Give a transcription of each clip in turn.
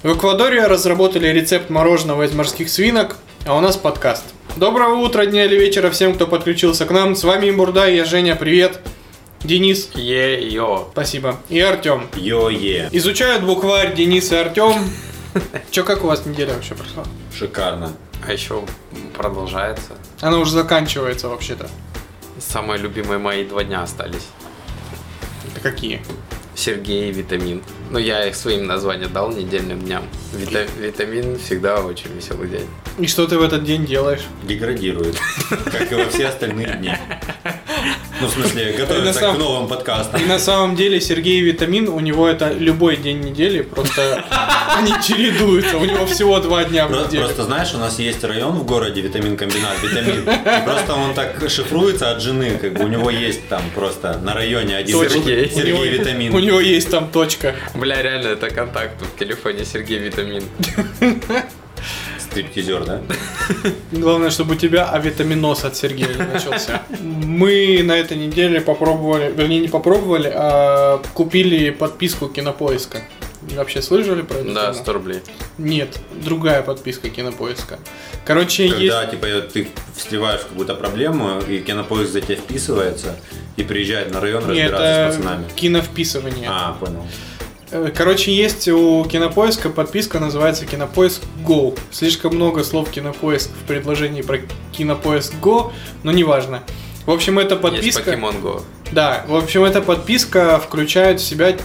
В Эквадоре разработали рецепт мороженого из морских свинок, а у нас подкаст. Доброго утра, дня или вечера всем, кто подключился к нам. С вами Имбурда, я Женя, привет. Денис. Е-йо. Спасибо. И Артем. Йо-е. Изучают букварь Денис и Артем. Че, как у вас неделя вообще прошла? Шикарно. А еще продолжается. Она уже заканчивается вообще-то. Самые любимые мои 2 дня остались. Это какие? Сергей и Витамин. Ну, я их своим названием дал недельным дням. Витамин всегда очень веселый день. И что ты в этот день делаешь? Деградирует, как и во все остальные дни. Ну, в смысле, готовится к новым подкастам. И на самом деле Сергей Витамин, у него это любой день недели, просто они чередуются, у него всего 2 дня в неделю. Просто знаешь, у нас есть район в городе, витамин-комбинат, Витамин. И просто он так шифруется от жены, как бы у него есть там просто на районе один Сергей Витамин. У него есть там точка. Бля, реально, это контакт в телефоне Сергей Витамин. Стриптизер, да? Главное, чтобы у тебя авитаминоз от Сергея не начался. Мы на этой неделе попробовали, вернее не попробовали, а купили подписку Кинопоиска. Вообще слышали про это? Да, 100 рублей. Нет, другая подписка Кинопоиска. Короче, когда, типа, ты встреваешь в какую-то проблему, и Кинопоиск за тебя вписывается, и приезжает на район разбираться с пацанами. Киновписывание. А, понял. Короче, есть у Кинопоиска подписка, называется Кинопоиск Go. Слишком много слов Кинопоиск в предложении про Кинопоиск Go, но неважно. В общем, эта подписка... Есть Pokemon Go. Да, в общем, эта подписка включает в себя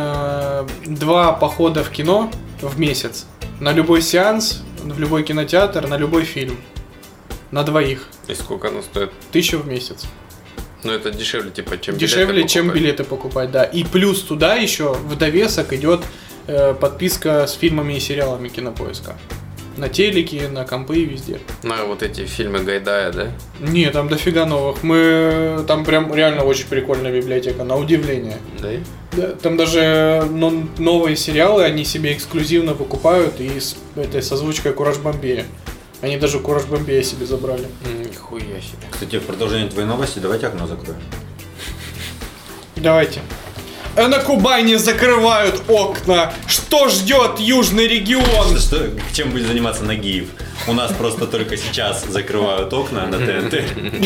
2 похода в кино в месяц. На любой сеанс, в любой кинотеатр, на любой фильм. На 2. И сколько оно стоит? 1000 в месяц. Ну, это дешевле, типа, чем дешевле, чем билеты покупать, да. И плюс туда еще в довесок идет подписка с фильмами и сериалами Кинопоиска. На телеке, на компы и везде. На вот эти фильмы Гайдая, да? Не, там дофига новых. Там прям реально очень прикольная библиотека, на удивление. Да? Да, там даже новые сериалы они себе эксклюзивно покупают и с этой созвучкой Кураж Бомбея. Они даже Кураж Бомбея себе забрали. Нихуя себе. Кстати, в продолжение твоей новости давайте окно закроем. Давайте. На Кубани закрывают окна. Что ждет южный регион? Чем будет заниматься Нагиев? У нас просто только сейчас закрывают окна на ТНТ.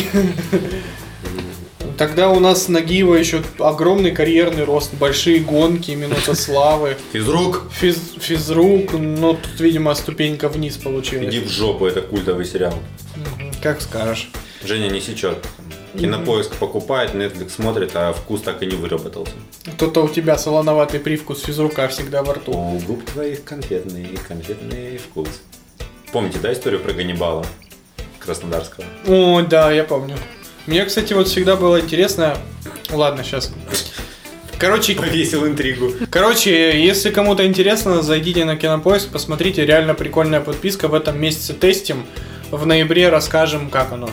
Тогда у нас Нагиева еще огромный карьерный рост, большие гонки, минута славы. Физрук? Физрук, но тут, видимо, ступенька вниз получилась. Иди в жопу, это культовый сериал. Как скажешь. Женя не сечет. Кинопоиск покупает, Netflix смотрит, а вкус так и не выработался. То-то у тебя солоноватый привкус физрука всегда во рту. У губ твоих конфетный вкус. Помните, да, историю про Ганнибала Краснодарского? О, да, я помню. Мне, кстати, вот всегда было интересно... Ладно, сейчас... Короче... Повесил интригу. Короче, если кому-то интересно, зайдите на Кинопоиск, посмотрите, реально прикольная подписка. В этом месяце тестим. В ноябре расскажем, как оно.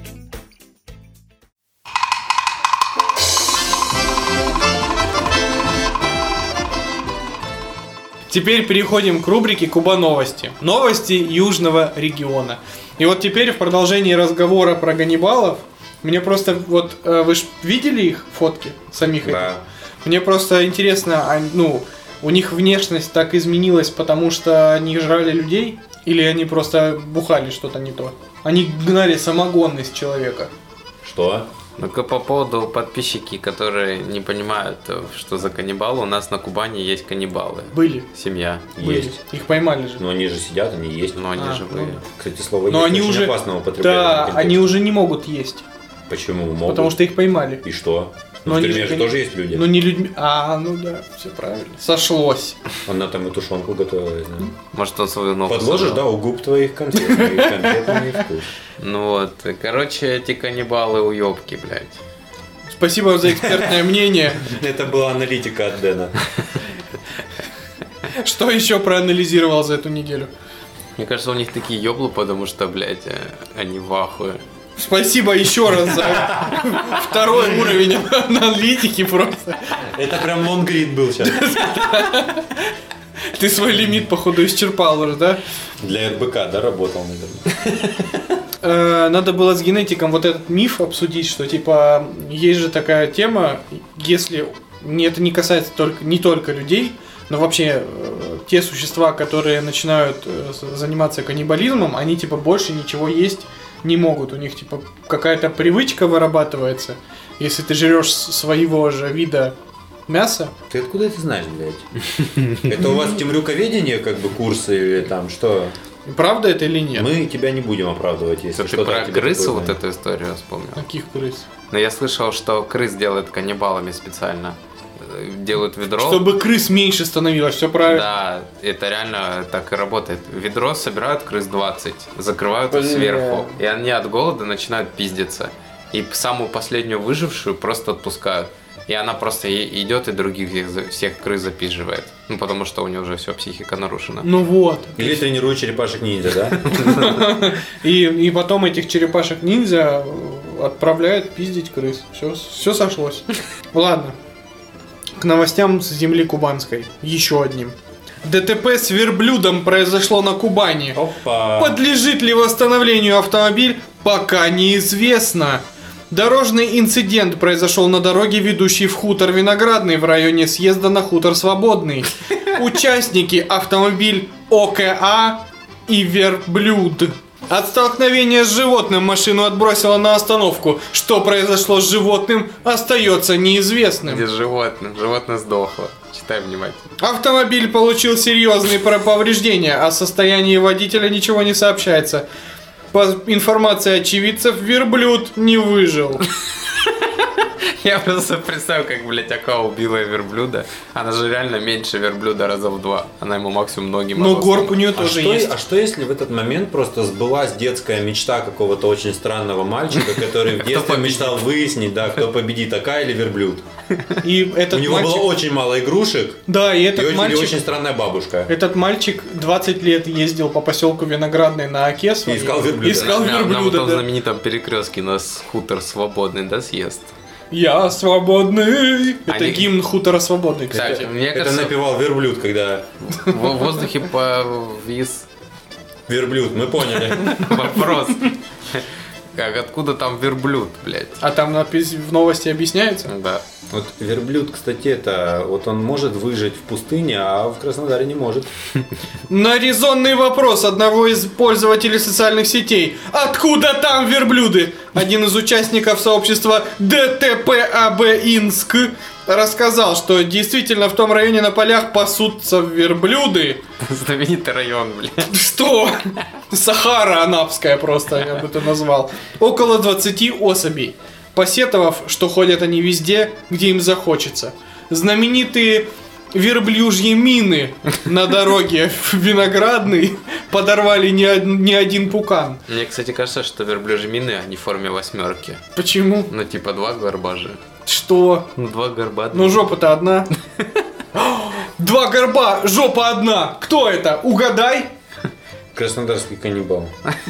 Теперь переходим к рубрике Куба новости. Новости южного региона. И вот теперь в продолжении разговора про Ганнибалов, мне просто вот, вы же видели их фотки самих этих? Да. Мне просто интересно, у них внешность так изменилась, потому что они жрали людей? Или они просто бухали что-то не то? Они гнали самогон из человека. Что? Ну-ка, по поводу подписчики, которые не понимают, что за каннибалы, у нас на Кубани есть каннибалы. Были. Семья. Были. Есть. Их поймали же. Но они же сидят, они есть. Но они живые. Кстати, слово Но есть они очень уже опасного употребления. Да, они уже не могут есть. Почему могут? Потому что их поймали. И что? Но в они тюрьме же тоже есть люди. Ну не людьми. Ну да, все правильно. Сошлось. Она там и тушенку готовила, да? Может, он свою ногу Подложишь, собрал? да, у губ твоих конфетный вкус. Ну вот, короче, эти каннибалы уёбки, блядь. Спасибо за экспертное мнение. Это была аналитика от Дэна. Что еще проанализировал за эту неделю? Мне кажется, у них такие ёблы, потому что, блядь, они в ахуе. Спасибо еще раз за 2-й уровень аналитики просто. Это прям лонгрид был сейчас. Ты свой лимит, походу, исчерпал уже, да? Для РБК, да, работал, наверное. Надо было с генетиком вот этот миф обсудить, что типа есть же такая тема, если это не касается не только людей, Но вообще, те существа, которые начинают заниматься каннибализмом, они типа больше ничего есть не могут. У них типа какая-то привычка вырабатывается. Если ты жрешь своего же вида мясо. Ты откуда это знаешь, блядь? Это у вас темрюковедение, как бы, курсы или там что? Правда это или нет? Мы тебя не будем оправдывать, если Ты что-то про о тебе крысу такое вот знаем. эту историю вспомнил? Каких крыс? Но я слышал, что крыс делают каннибалами специально. Делают ведро. Чтобы крыс меньше становилось, все правильно. Да, это реально так и работает. Ведро собирают крыс 20, закрывают Бля. сверху, и они от голода начинают пиздиться. И самую последнюю выжившую просто отпускают. И она просто идет и других всех крыс запиживает. Ну, потому что у нее уже все, психика нарушена. Ну вот. Или тренирует черепашек-ниндзя, да? И потом этих черепашек-ниндзя отправляют пиздить крыс. Все сошлось. Ладно. К новостям с земли кубанской. Еще одним. ДТП с верблюдом произошло на Кубани. Опа! Подлежит ли восстановлению автомобиль, пока неизвестно. Дорожный инцидент произошел на дороге, ведущей в хутор Виноградный в районе съезда на хутор Свободный. Участники автомобиль ОКА и верблюд. От столкновения с животным машину отбросило на остановку. Что произошло с животным, остается неизвестным. Где животное? Животное сдохло. Читай внимательно. Автомобиль получил серьезные повреждения, о состоянии водителя ничего не сообщается. По информации очевидцев, верблюд не выжил. Я просто представил, как, блядь, Ака убила верблюда. Она же реально меньше верблюда раза в 2. Она ему максимум ноги Но могла горб у сломать. нее тоже есть. А что если в этот момент просто сбылась детская мечта какого-то очень странного мальчика, который в детстве мечтал выяснить, да, кто победит, Ака или верблюд? И У этот него мальчик... было очень мало игрушек, Да, и и этот мальчик... очень странная бабушка. Этот мальчик 20 лет ездил по поселку Виноградный на Оке своей. И искал верблюда. Искал На вот верблюда, том да. знаменитом перекрестке у нас хутор Свободный, да, съезд? Я свободный. Это Они- гимн хутора Свободный, кстати. Кстати, мне Это кажется, напевал верблюд, когда... в воздухе повис Верблюд, мы поняли. вопрос. Как, откуда там верблюд, блядь? А там надпись в новости объясняется? Да. Вот верблюд, кстати, это... Вот он может выжить в пустыне, а в Краснодаре не может. На резонный вопрос одного из пользователей социальных сетей. Откуда там верблюды? Один из участников сообщества ДТП-АБ Инск рассказал, что действительно в том районе на полях пасутся верблюды. Знаменитый район, блядь. Что? Сахара анапская просто, я бы это назвал. Около 20 особей. Посетовав, что ходят они везде, где им захочется. Знаменитые верблюжьи мины на дороге в Виноградный подорвали не один пукан. Мне, кстати, кажется, что верблюжьи мины, они в форме восьмерки. Почему? Ну, типа 2 горба же. Что? Ну, 2 горба. Ну, жопа-то одна. 2 горба, жопа одна. Кто это? Угадай. Краснодарский каннибал.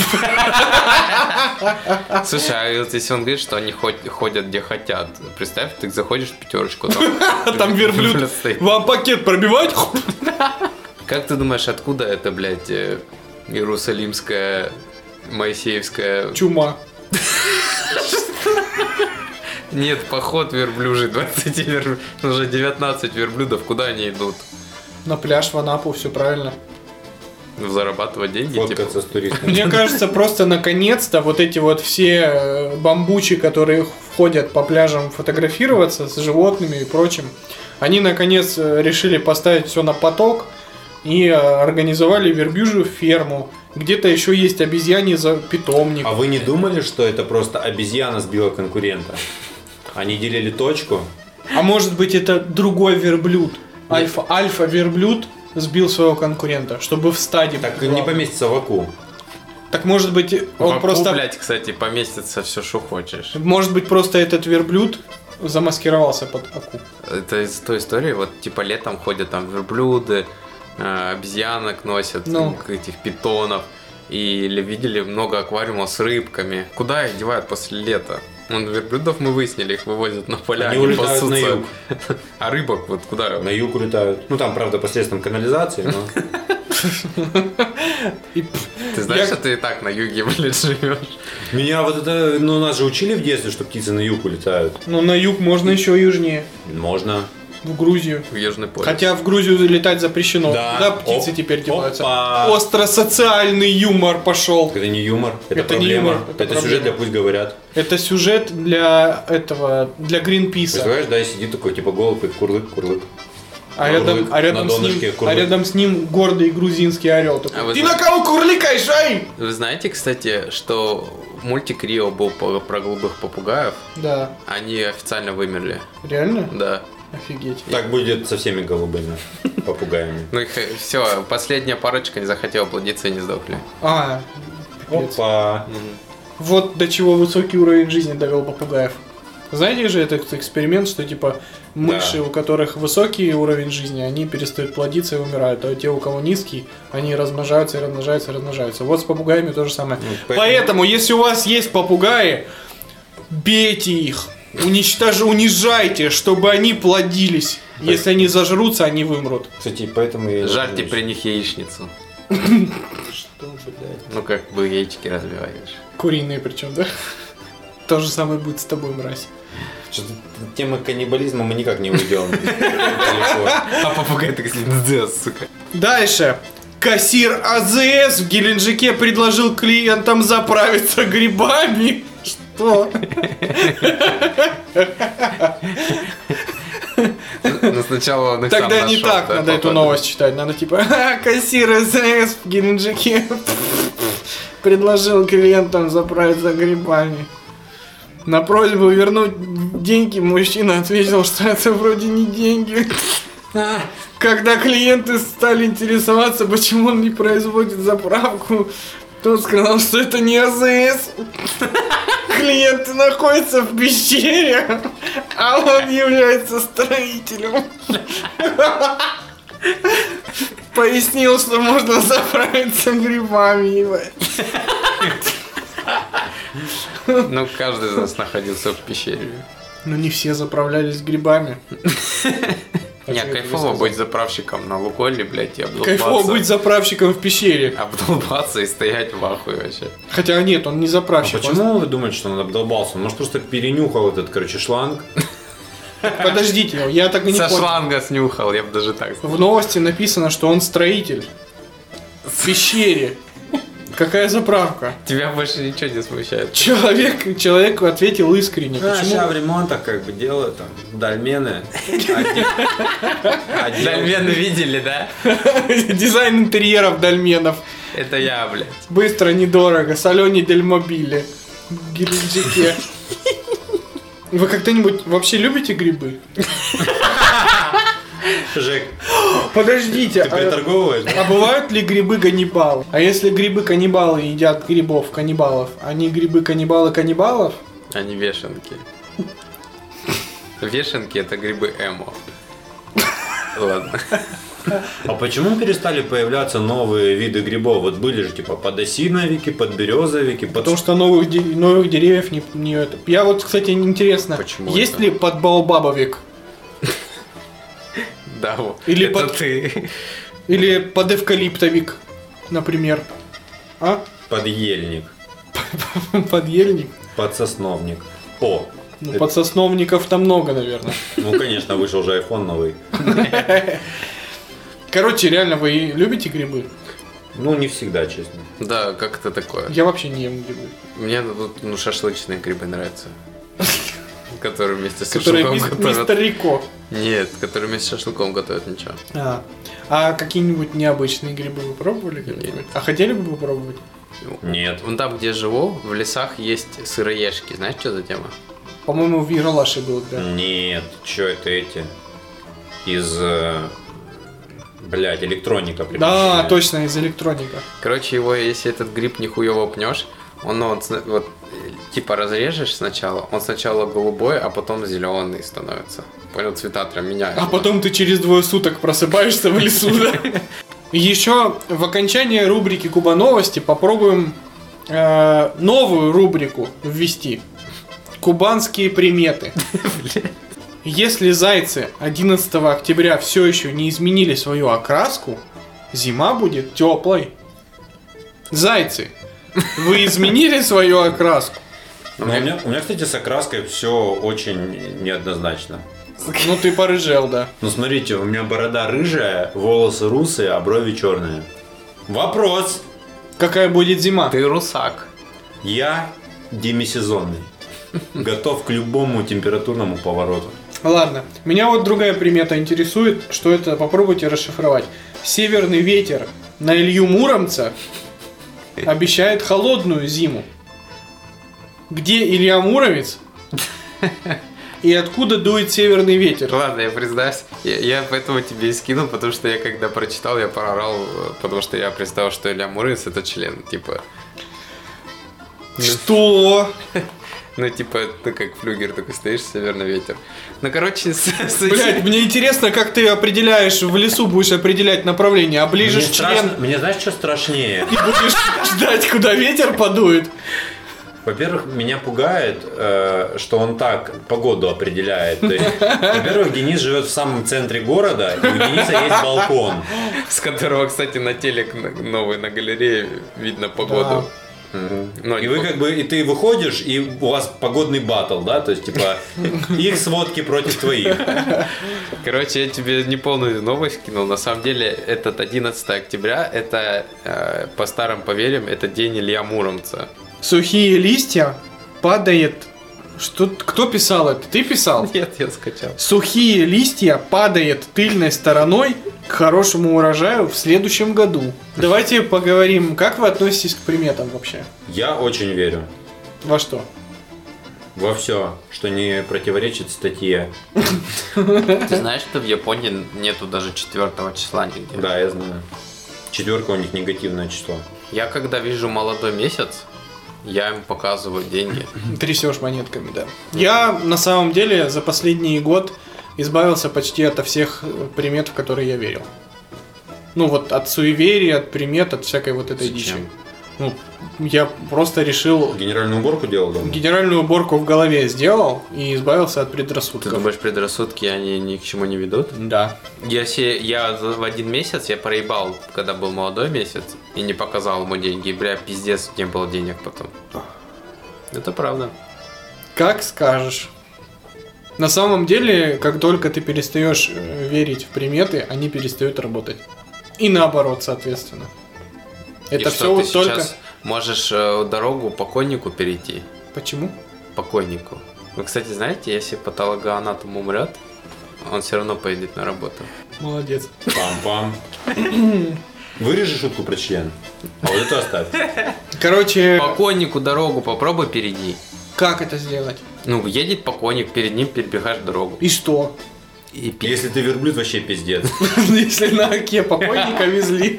Слушай, а вот если он говорит, что они ходят где хотят, представь, ты заходишь в пятерочку, Там верблюд. стоит. Вам пакет пробивать? Как ты думаешь, откуда это, блядь, иерусалимская, моисеевская... Чума. Нет, поход верблюжий, 20 верблюдов, уже 19 верблюдов, куда они идут? На пляж в Анапу, все правильно. Зарабатывать деньги, типа? Фоткаться с туристами. Мне кажется, просто наконец-то вот эти вот все бамбучи, которые ходят по пляжам фотографироваться с животными и прочим, они наконец решили поставить все на поток и организовали верблюжью ферму. Где-то еще есть обезьяний питомник. А вы не думали, что это просто обезьяна сбила конкурента? Они делили точку. А может быть это другой верблюд? Альфа-верблюд сбил своего конкурента, чтобы в стаде... Так была. не поместится в Аку. Так может быть В он Аку, просто... блядь, кстати, поместится все, что хочешь. Может быть просто этот верблюд замаскировался под Аку. Это из той истории, вот типа летом ходят там верблюды, обезьянок носят, Ну. этих питонов. Или видели много аквариумов с рыбками. Куда их девают после лета? Вон верблюдов мы выяснили, их вывозят на поля, Они улетают на юг. А рыбок вот куда? На юг улетают. Ну там, правда, посредством канализации, но... Ты знаешь, что ты и так на юге, блядь, живешь? Меня вот это... Ну, нас же учили в детстве, что птицы на юг улетают. Ну на юг можно еще южнее. Можно. В Грузию. В Южный полюс. Хотя в Грузию летать запрещено. Да. Да, птицы теперь делаются. Опа. Остро-социальный юмор пошел. Это не юмор, это Это не проблема. юмор, это Это проблема. сюжет для «Пусть говорят». Это сюжет для для Гринписа. Представляешь, да, и сидит такой, типа, голубь и курлык. А рядом, на донышке а курлык. рядом с ним гордый грузинский орел. Такой, А вы ты на кого курликаешь, ай? Вы знаете, кстати, что мультик Рио был про голубых попугаев? Да. Они официально вымерли. Реально? Да. Офигеть. Так будет со всеми голубыми попугаями. Ну их все, последняя парочка не захотела плодиться и не сдохли. А, пипец. Опа. Вот до чего высокий уровень жизни довел попугаев. Знаете же этот эксперимент, что типа мыши, Да. у которых высокий уровень жизни, они перестают плодиться и умирают, а те, у кого низкий, они размножаются и размножаются и размножаются. Вот с попугаями то же самое. Поэтому, если у вас есть попугаи, бейте их, унижайте, чтобы они плодились. Если они зажрутся, они вымрут. Кстати, поэтому я... Жарьте при них яичницу. Что, блядь? Ну как бы яички развиваешь. Куриные причем, да? То же самое будет с тобой, мразь. Что-то темы каннибализма мы никак не уйдем. Далеко. А попугай так сидит, сука. Дальше. Кассир АЗС в Геленджике предложил клиентам заправиться грибами. Что? Но сначала он их сам Тогда не нашел, так да, надо эту походу. новость читать. Надо типа, кассир АЗС в Геленджике предложил клиентам заправиться грибами. На просьбу вернуть деньги мужчина ответил, что это вроде не деньги. Когда клиенты стали интересоваться, почему он не производит заправку, тот сказал, что это не АЗС. Клиенты находятся в пещере, а он является строителем. Пояснил, что можно заправиться грибами. ебать. Ну, каждый из нас находился в пещере. Но не все заправлялись грибами. Не, что я кайфово тебе быть заправщиком на Лукойле, блядь, и Кайфово быть заправщиком в пещере. обдолбаться и стоять в ахуе вообще. Хотя нет, он не А заправщик. почему вы думаете, что он обдолбался? Он, может, просто перенюхал этот, короче, шланг? Подождите, я так и не Со понял. шланга снюхал, я бы даже так сказал. В новости написано, что он строитель. В пещере. Какая заправка? Тебя больше ничего не смущает. Человек ответил искренне. Сейчас Почему? в ремонтах как бы делают там дольмены. Дольмены видели, да? Дизайн интерьеров дольменов. Это я, блядь. Быстро, недорого. Солений Дельмобиле. В Геленджике. Вы когда-нибудь вообще любите грибы? Жек, Подождите. ты приторговываешь? А бывают ли грибы-каннибалы? А если грибы-каннибалы едят грибов-каннибалов, они грибы-каннибалы-каннибалов? Они вешенки. Вешенки это грибы эмо. Ладно. А почему перестали появляться новые виды грибов? Вот были же типа подосиновики, подберезовики, Потому что новых деревьев не это. Я вот, кстати, интересно, Почему есть это? ли подбаобабовик? Да, вот. Или это под- ты. Или подэвкалиптовик, например? А? подъельник, Подъельник? подсосновник. О, Ну, подсосновников там много, наверное. ну конечно, вышел же iPhone новый. Короче, реально, вы любите грибы? Ну, не всегда, честно. Да, как это такое? Я вообще не ем грибы. Мне тут шашлычные грибы нравятся. Которые вместе с Которые шашлыком мистер готовят. Рико. Нет, которые вместе с шашлыком готовят ничего. А какие-нибудь необычные грибы вы пробовали когда-нибудь? А хотели бы попробовать? Нет. Вон там, где живу, в лесах есть сыроежки. Знаешь, что за тема? По-моему, в Ералаше был, да. Нет, что это эти? Из, блядь, электроника. Да, приключения. точно, из электроника. Короче, его, если этот гриб нихуево пнешь, он вот типа разрежешь сначала, он сначала голубой, а потом зеленый становится. Понял, цвета прям меняют. А потом ты через 2 суток просыпаешься в лесу, да? Еще в окончании рубрики Куба Новости попробуем новую рубрику ввести. Кубанские приметы. Если зайцы 11 октября все еще не изменили свою окраску, зима будет теплой. Зайцы, вы изменили свою окраску? Но у меня, кстати, с окраской все очень неоднозначно. Ну ты порыжел, да. Ну смотрите, у меня борода рыжая, волосы русые, а брови черные. Вопрос. Какая будет зима? Ты русак. Я демисезонный. Готов к любому температурному повороту. Ладно, меня вот другая примета интересует, что это, попробуйте расшифровать. Северный ветер на Илью Муромца обещает холодную зиму. Где Илья Муромец и откуда дует северный ветер? Ладно, я признаюсь, я поэтому тебе и скинул, потому что я когда прочитал, я проорал, потому что я представил, что Илья Муромец это член, типа... Что? Ну, типа, ты как флюгер такой стоишь, северный ветер. Ну, короче, Блять, мне интересно, как ты определяешь, в лесу будешь определять направление, оближешь член Мне знаешь, что страшнее? и будешь ждать, куда ветер подует. Во-первых, меня пугает, что он так погоду определяет. То есть, во-первых, Денис живет в самом центре города, и у Дениса есть балкон. с которого, кстати, на телек новый на галерее видно погоду. Ну, и вы как бы, и ты выходишь, и у вас погодный баттл, да? То есть, типа, их сводки против твоих. Короче, я тебе неполную новость кинул. На самом деле, этот 11 октября, это, по старым поверьям, это день Илья Муромца. Сухие листья падает... Что? Кто писал это? Ты писал? Нет, я скачал. Сухие листья падает тыльной стороной к хорошему урожаю в следующем году. Давайте поговорим, как вы относитесь к приметам вообще? Я очень верю Во что? во все, что не противоречит статье. Ты знаешь, что в Японии нету даже 4 числа нигде? Да, я знаю. 4 у них негативное число. Я когда вижу молодой месяц, я им показываю деньги. Трясешь монетками, да. Я на самом деле за последний год избавился почти от всех примет, в которые я верил. Ну вот от суеверий, от примет, от всякой вот этой дичи. Зачем? Ну, я просто решил Генеральную уборку делал дома? генеральную уборку в голове сделал и избавился от Ты предрассудков. думаешь, предрассудки, они ни к чему не ведут? Да. Я в один месяц, я проебал, когда был молодой месяц, и не показал ему деньги. И, бля, пиздец, не было денег потом. Это правда. Как скажешь. На самом деле, как только ты перестаешь верить в приметы, они перестают работать. И наоборот, соответственно. Это И все что, ты вот только... сейчас можешь дорогу покойнику перейти? Почему? Покойнику. Вы, кстати, знаете, если патологоанатом умрет, он все равно поедет на работу. Молодец. Пам-пам. Вырежи шутку про член. А вот это оставь. Короче, Покойнику дорогу попробуй перейди. как это сделать? Ну, едет покойник, перед ним перебегаешь дорогу. И что? И Если ты верблюд, вообще пиздец. Если на оке покойника везли.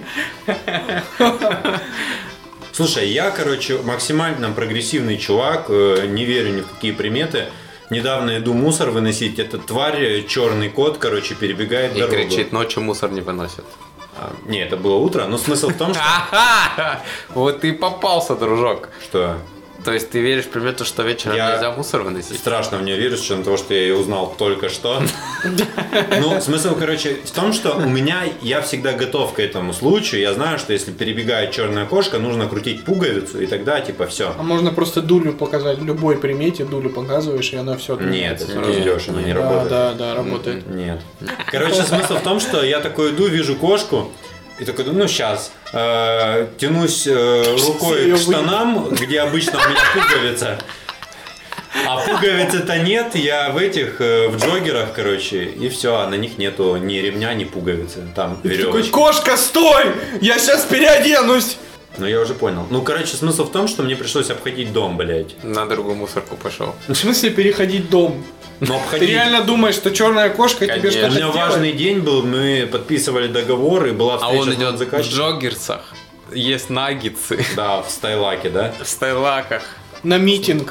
Слушай, я, короче, максимально прогрессивный чувак, не верю ни в какие приметы. Недавно иду мусор выносить, эта тварь, черный кот, короче, перебегает И дорогу. кричит, ночью мусор не выносит. Не, это было утро, но смысл в том, что... Ага! Вот ты и попался, дружок. Что? То есть ты веришь в примету, что вечером Я нельзя мусор выносить? страшно в нее верю, с учетом того, что я ее узнал только что. Ну, смысл, короче, в том, что я всегда готов к этому случаю. Я знаю, что если перебегает черная кошка, нужно крутить пуговицу, и тогда, типа, все. А можно просто дулю показать. В любой примете дулю показываешь, и она все. Нет, это раздешено, не работает. Да, работает. Нет. Короче, смысл в том, что я такой иду, вижу кошку, и такой, ну сейчас, тянусь рукой её к штанам, где обычно у меня пуговица. А пуговицы-то нет, я в джоггерах, короче, и все, а на них нету ни ремня, ни пуговицы, там Такой, веревочка. кошка, стой! Я сейчас переоденусь! Ну я уже понял. Ну, короче, смысл в том, что мне пришлось обходить дом, блядь. На другую мусорку пошел. В смысле переходить дом? Но Ты обходить... реально думаешь, что черная кошка тебе Конечно. У что-то меня делает? важный день был, мы подписывали договор, и была А встреча он с идет в заказчиком. джоггерсах, ест наггетсы, Да, в Стайлаке, да? в стайлаках. На митинг.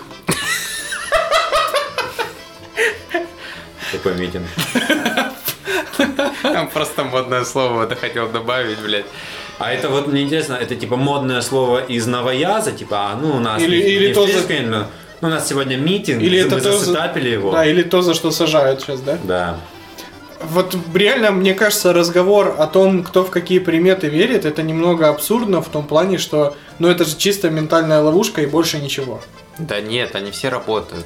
Такой митинг. Там просто модное слово это хотел добавить, блядь. А это вот мне интересно, это типа модное слово из новояза, типа, у нас Или не то, в за- Фейсбуке, но у нас сегодня митинг, Или это мы то, засетапили его. Да, или то, за что сажают сейчас, да? Да. Вот реально, мне кажется, разговор о том, кто в какие приметы верит, это немного абсурдно в том плане, что, это же чисто ментальная ловушка и больше ничего. Да нет, они все работают.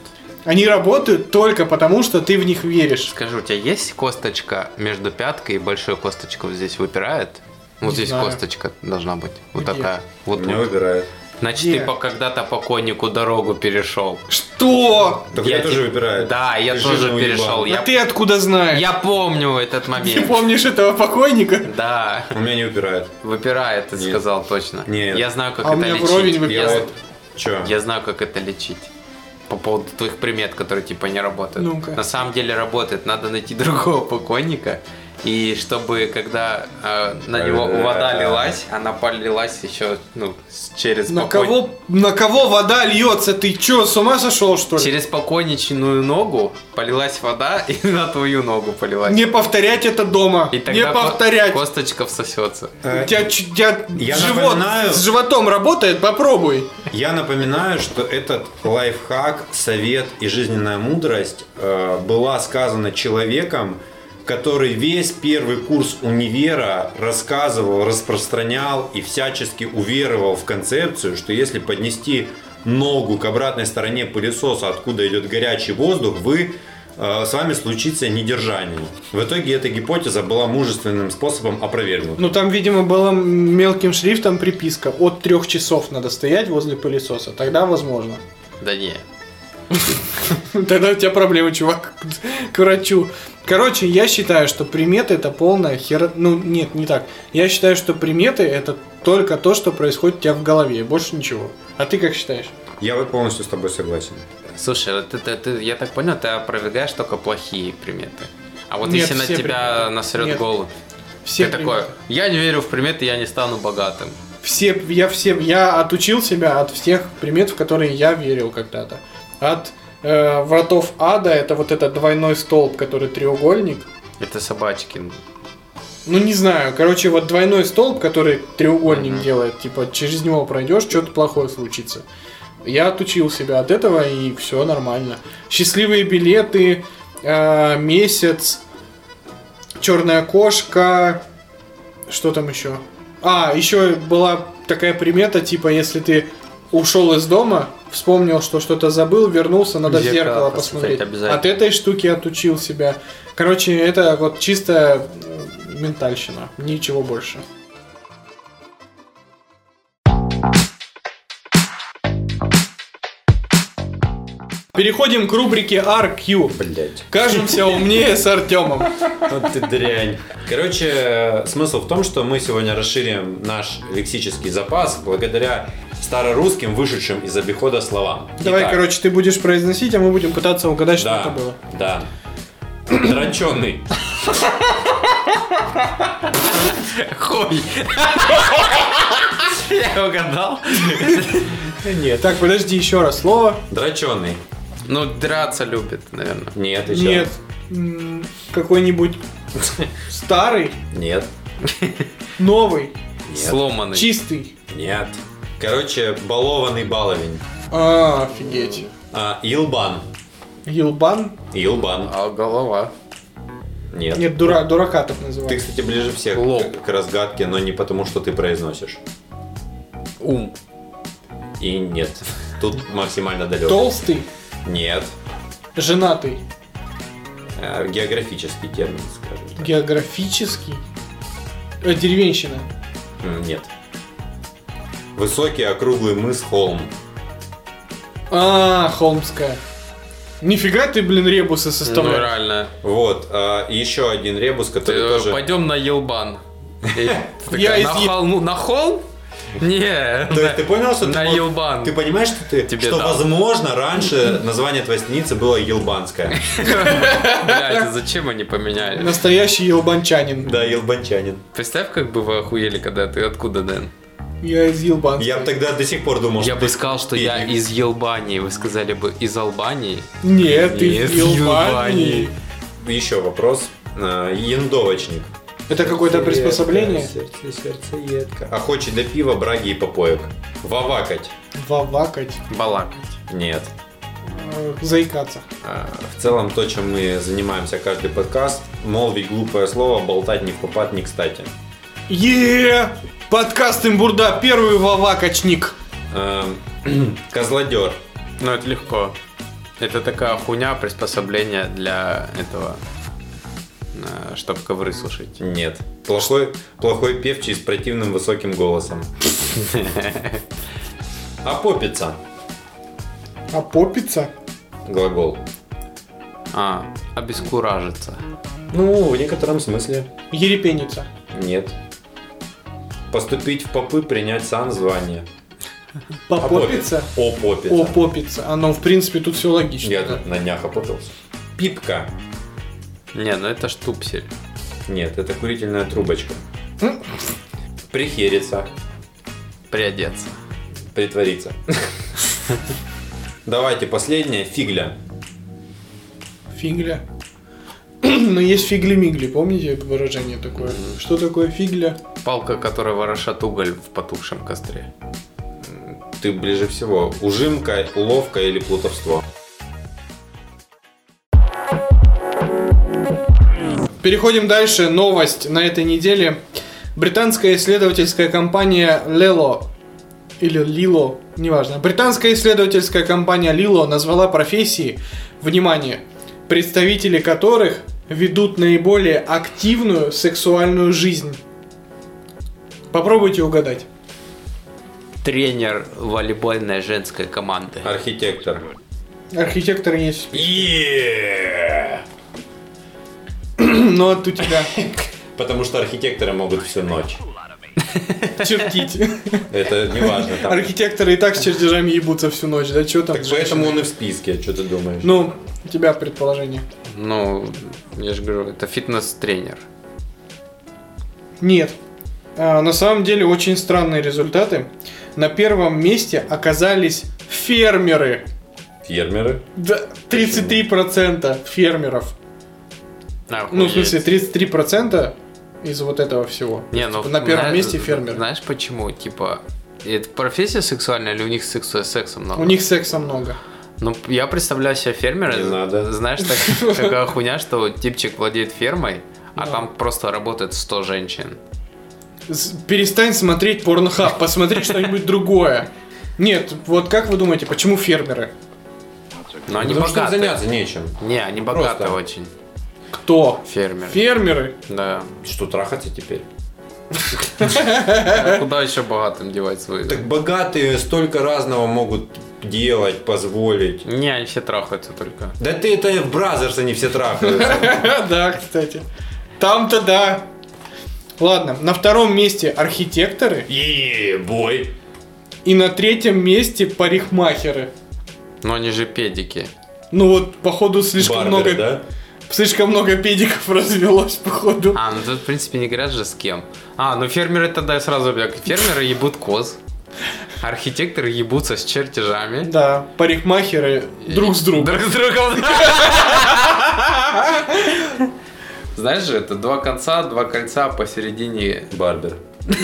Они работают только потому, что ты в них веришь. Скажи, у тебя есть косточка между пяткой и большой косточкой вот здесь выпирает? Вот Не здесь знаю. косточка должна быть. Вот Где? такая. Вот Меня тут. выбирает. Значит, Где? ты когда-то покойнику дорогу перешел. Что? Так я тоже выбирает. Да, я Ты тоже жирный перешел. уебан. А ты откуда знаешь? Я помню этот Ты момент. помнишь этого покойника? Да, У меня не выбирает. выпирает, ты Нет. сказал точно. Нет. Я знаю, как А у это меня лечить. вровень Я выпирает. вот... Чё? Я знаю, как это лечить. По поводу твоих примет, которые типа не работают. Ну-ка. На самом деле работает. Надо найти другого покойника. И чтобы, когда на него вода лилась, она полилась еще через На кого вода льется? Ты чё, с ума сошел, что ли? Через покойничную ногу полилась вода, и на твою ногу полилась. Не повторять это дома. И Не тогда повторять. косточка всосется. У тебя Я живот напоминаю- с животом работает? Попробуй. Я напоминаю, что этот лайфхак, совет и жизненная мудрость была сказана человеком, который весь первый курс универа рассказывал, распространял и всячески уверовал в концепцию, что если поднести ногу к обратной стороне пылесоса, откуда идет горячий воздух, с вами случится недержание. В итоге эта гипотеза была мужественным способом опровергнута. Ну там, видимо, была мелким шрифтом приписка. От 3 часов надо стоять возле пылесоса. Тогда возможно. Да не. Тогда у тебя проблемы, чувак. К врачу. Короче, я считаю, что приметы это полная хер... Ну, нет, не так. Я считаю, что приметы это только то, что происходит у тебя в голове. Больше ничего. А ты как считаешь? Я вот полностью с тобой согласен. Слушай, я так понял, ты опровергаешь только плохие приметы. А вот Нет, если на все тебя приметы. насрет Нет. голод, Все ты такой, приметы. я не верю в приметы, я не стану богатым. Я отучил себя от всех примет, в которые я верил когда-то. От вратов ада, это вот этот двойной столб, который треугольник. Это собачки. Ну, не знаю. Короче, вот двойной столб, который треугольник делает, типа, через него пройдешь, что-то плохое случится. Я отучил себя от этого, и все нормально. Счастливые билеты, месяц, черная кошка, что там еще? Еще была такая примета, типа, если ты ушел из дома, вспомнил, что что-то забыл, вернулся, надо в зеркало посмотреть. обязательно. От этой штуки отучил себя. Короче, это вот чисто ментальщина, ничего больше. Переходим к рубрике RQ. Блять. Кажемся умнее с Артемом. Вот ты дрянь. Короче, смысл в том, что мы сегодня расширим наш лексический запас благодаря старорусским, вышедшим из обихода словам. Давай, Итак, короче, ты будешь произносить, а мы будем пытаться угадать, что да, это было. да. Дроченый. Хуй. Я угадал. Нет. Так, подожди, еще раз слово. Дроченый. Ну, драться любит, наверное. Нет, еще. Нет. Какой-нибудь старый, Нет. новый, Нет. Сломанный. чистый. Нет. Короче, балованный баловень. Офигеть. Илбан. Елбан? Илбан. А голова. Нет. Нет, дурака так Ты, называют. кстати, ближе всех Лоб. к разгадке, но не потому, что ты произносишь. Ум. И нет. Тут максимально далеко. Толстый, Нет. женатый, Географический термин, скажем так. географический, деревенщина. Нет. Высокий округлый мыс Холм. Холмская. Нифига ты, блин, ребусы Ну, составляешь. реально. Вот. И еще один ребус, который тоже... Пойдем на Елбан. И ты Я такая, из на холм? Не. То есть ты понял, что на ты, Елбан. ты понимаешь, что Тебе что дал. возможно раньше название твоей станицы было Елбанская. Блядь, зачем они поменяли? Настоящий елбанчанин. Да, Елбанчанин. Представь, как бы вы охуели, когда ты откуда, Дэн? Я из Елбанска. Я бы тогда до сих пор думал, Я что бы ты сказал, что я педик. из Елбании. Вы сказали бы из Албании. Нет, ты Нет, из Елбании. Еще вопрос. Яндовочник. Это какое-то приспособление? Сердцеедка. Охочий до пива, браги и попоек. Вавакать. Вавакать. Балакать. Нет. Заикаться. В целом, то, чем мы занимаемся каждый подкаст, молвить глупое слово, болтать не в попад, не кстати. Подкаст Имбурда, первый вавакачник. Козлодер. Ну, это легко. Это такая хуйня, приспособление для этого, чтобы ковры сушить. Нет. Плохой певчий с противным высоким голосом. Опопиться. Опопиться? Глагол. Обескуражиться. Ну, в некотором смысле. Ерепениться. Нет. Поступить в попы, принять сан звание. Попопиться? Опопиться. Опопиться. Ну, в принципе, тут все логично. Я да. тут на днях опопился. Пипка. Не, ну это штупсель. Нет, это курительная трубочка. Прихериться. Приодеться. Притвориться. Давайте последнее. Фигля. Фигля. Ну, есть фигли-мигли, помните выражение такое? Что такое фигля? Палка, которая ворошат уголь в потухшем костре. Ты ближе всего. Ужимка, уловка или плутовство. Переходим дальше. Новость на этой неделе. Британская исследовательская компания Lelo или Lilo, неважно. Британская исследовательская компания Lilo назвала профессии, внимание, представители которых ведут наиболее активную сексуальную жизнь. Попробуйте угадать. Тренер волейбольной женской команды. Архитектор. Архитектор есть. Но вот у тебя Потому что архитекторы могут всю ночь. чертить. Это не важно. Там. Архитекторы и так с чертежами ебутся всю ночь, да? Что там? Так с поэтому женщиной? он и в списке. Что ты думаешь? Ну, у тебя предположение. Ну, я же говорю, это фитнес-тренер. Нет. На самом деле очень странные результаты. На первом месте оказались фермеры. Фермеры. Да, 33% фермеров. Ну, в смысле, 33% из вот этого всего. Не, ну, Типа, на первом месте фермеры. Знаешь почему? Типа, это профессия сексуальная или у них секса много? У них секса много. Ну, я представляю себе фермера. Не надо. Знаешь, такая хуйня, что типчик владеет фермой, а там просто работает 100 женщин. Перестань смотреть порнхаб, посмотри что-нибудь другое. Нет, вот как вы думаете, почему фермеры? Но они Потому что им богатые. заняться нечем. Не, они богатые очень. Кто? Фермеры. Фермеры? Да. Что, трахаться теперь? А куда еще богатым девать свои? Так богатые столько разного могут делать, позволить. Не, они все трахаются только. Да ты это в Бразерс они все трахаются. Да, кстати. Там-то да. Ладно, на втором месте архитекторы. Бой. И на третьем месте парикмахеры. Но они же педики. Ну вот, походу, слишком Барбер, много. да? Слишком много педиков развелось, походу. Ну тут, в принципе, не говорят же с кем. Ну фермеры тогда я сразу... Фермеры ебут коз. Архитекторы ебутся с чертежами. Да, парикмахеры друг с другом. Друг с другом. Знаешь же, это два конца, два кольца посередине. Барбер.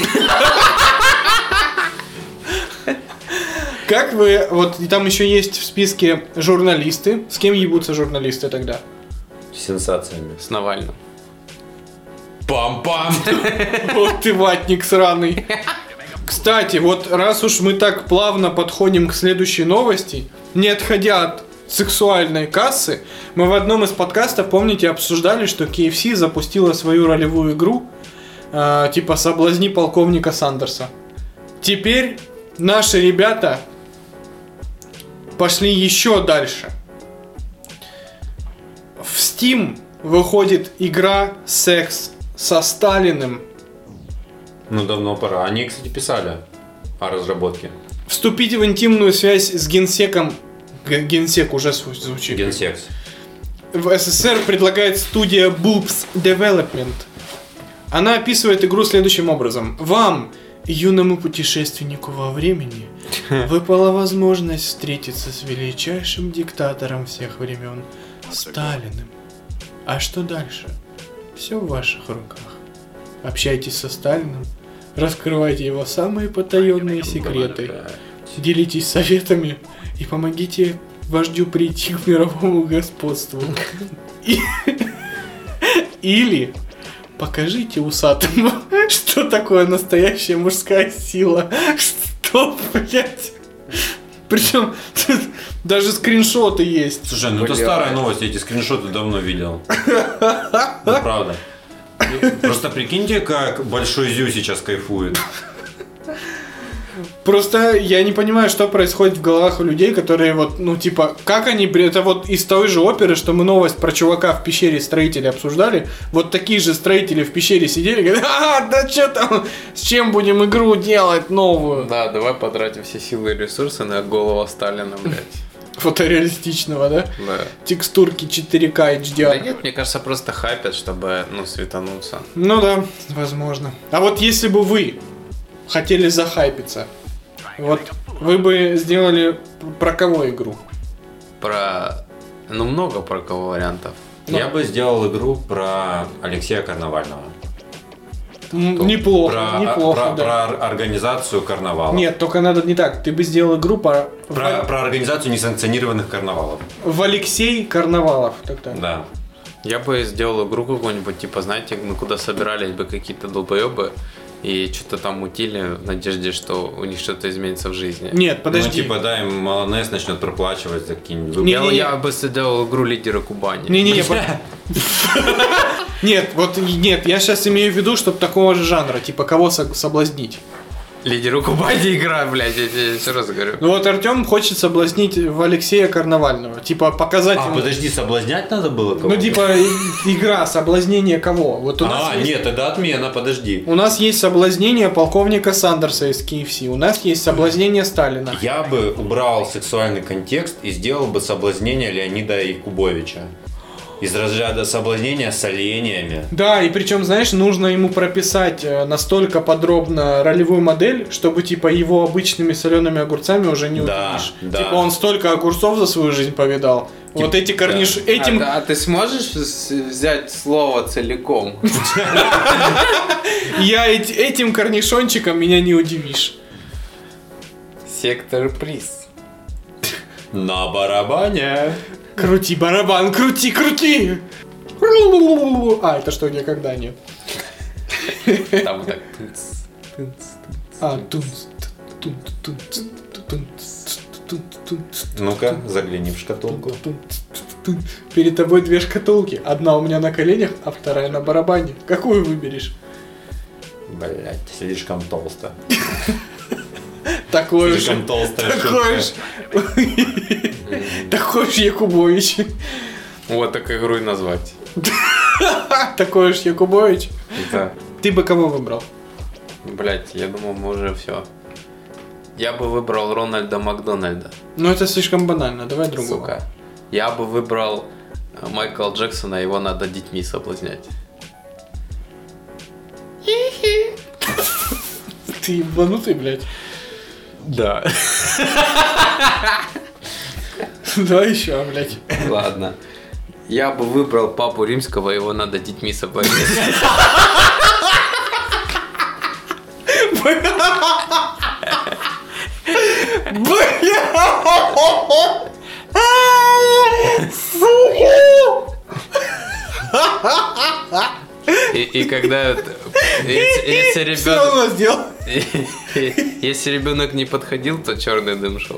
Как вы... Вот и там еще есть в списке журналисты. С кем ебутся журналисты тогда? С сенсациями. С Навальным. Пам-пам! Вот ты ватник сраный. Кстати, вот раз уж мы так плавно подходим к следующей новости, не отходя от сексуальной кассы, мы в одном из подкастов, помните, обсуждали, что KFC запустила свою ролевую игру типа «Соблазни полковника Сандерса». Теперь наши ребята пошли еще дальше. В Steam выходит игра «Секс со Сталиным». Ну, давно пора. Они, кстати, писали о разработке. Вступить в интимную связь с генсеком. Генсек уже звучит. Генсекс. В СССР предлагает студия Boobs Development. Она описывает игру следующим образом. Вам, юному путешественнику во времени, выпала возможность встретиться с величайшим диктатором всех времен, Сталиным. А что дальше? Все в ваших руках. Общайтесь со Сталиным, раскрывайте его самые потаенные секреты, делитесь советами и помогите вождю прийти к мировому господству. Или покажите усатому, что такое настоящая мужская сила. Что, блядь? Причем Даже скриншоты есть. Слушай, ну это старая новость, я эти скриншоты давно видел. Ну правда. Просто прикиньте, как Большой Зю сейчас кайфует. Просто я не понимаю, что происходит в головах у людей, которые вот, ну типа, как они, это вот из той же оперы, что мы новость про чувака в пещере строители обсуждали, вот такие же строители в пещере сидели и говорят, да что там, с чем будем игру делать новую? Да, давай потратим все силы и ресурсы на голову Сталина, блядь. Фотореалистичного, да? Да. Текстурки 4К HDR. Да нет, мне кажется, просто хайпят, чтобы, светануться. Ну да, возможно. А вот если бы вы хотели захайпиться, вот вы бы сделали про кого игру? Много про кого вариантов. Я бы сделал игру про Алексея Карнавального. Неплохо, да. Про организацию карнавала. Нет, только надо не так. Ты бы сделал игру про организацию несанкционированных карнавалов. В Алексей Карнавалов тогда. Да. Я бы сделал игру какую-нибудь, типа, знаете, куда собирались бы какие-то долбоебы и что-то там мутили в надежде, что у них что-то изменится в жизни. Нет, подожди. Ну, типа, да, им МЛНС начнет проплачивать за какие-нибудь выплаты. Я бы сделал игру лидера Кубани. Нет, я сейчас имею в виду, чтобы такого же жанра, типа, кого соблазнить. Лидеру Кубани игра, блядь, я тебе еще раз говорю. Ну вот Артем хочет соблазнить в Алексея Карнавального. Типа показать ему... подожди, соблазнять надо было кого-то? Ну типа игра, соблазнение кого? Вот у нас есть... нет, это отмена, подожди. У нас есть соблазнение полковника Сандерса из KFC. У нас есть соблазнение Сталина. Я бы убрал сексуальный контекст и сделал бы соблазнение Леонида Якубовича. Из разряда соблазнения с оленями. Да, и причем, знаешь, нужно ему прописать настолько подробно ролевую модель, чтобы типа его обычными солеными огурцами уже не удивишь. Да. Типа он столько огурцов за свою жизнь повидал. Вот эти корниш... Этим... А ты сможешь взять слово целиком? Я этим корнишончиком меня не удивишь. Сектор приз. На барабане. Крути барабан, крути! А, это что, никогда нет? Там так Ну-ка, загляни в шкатулку. Перед тобой две шкатулки. Одна у меня на коленях, а вторая на барабане. Какую выберешь? Блять, слишком толсто. Такой уж. Слишком толстая шутка. Такой уж Якубович. Вот так игру и назвать. Такой уж Якубович. Да. Ты бы кого выбрал? Блять, я думал, мы уже все. Я бы выбрал Рональда Макдональда. Ну это слишком банально, давай другого. Сука. Я бы выбрал Майкла Джексона, его надо детьми соблазнять. Ты ебанутый, блядь. Да. Давай еще, блядь. Ладно. Я бы выбрал Папу Римского, его надо детьми соблазнять. И когда если ребенок не подходил, то черный дым шел.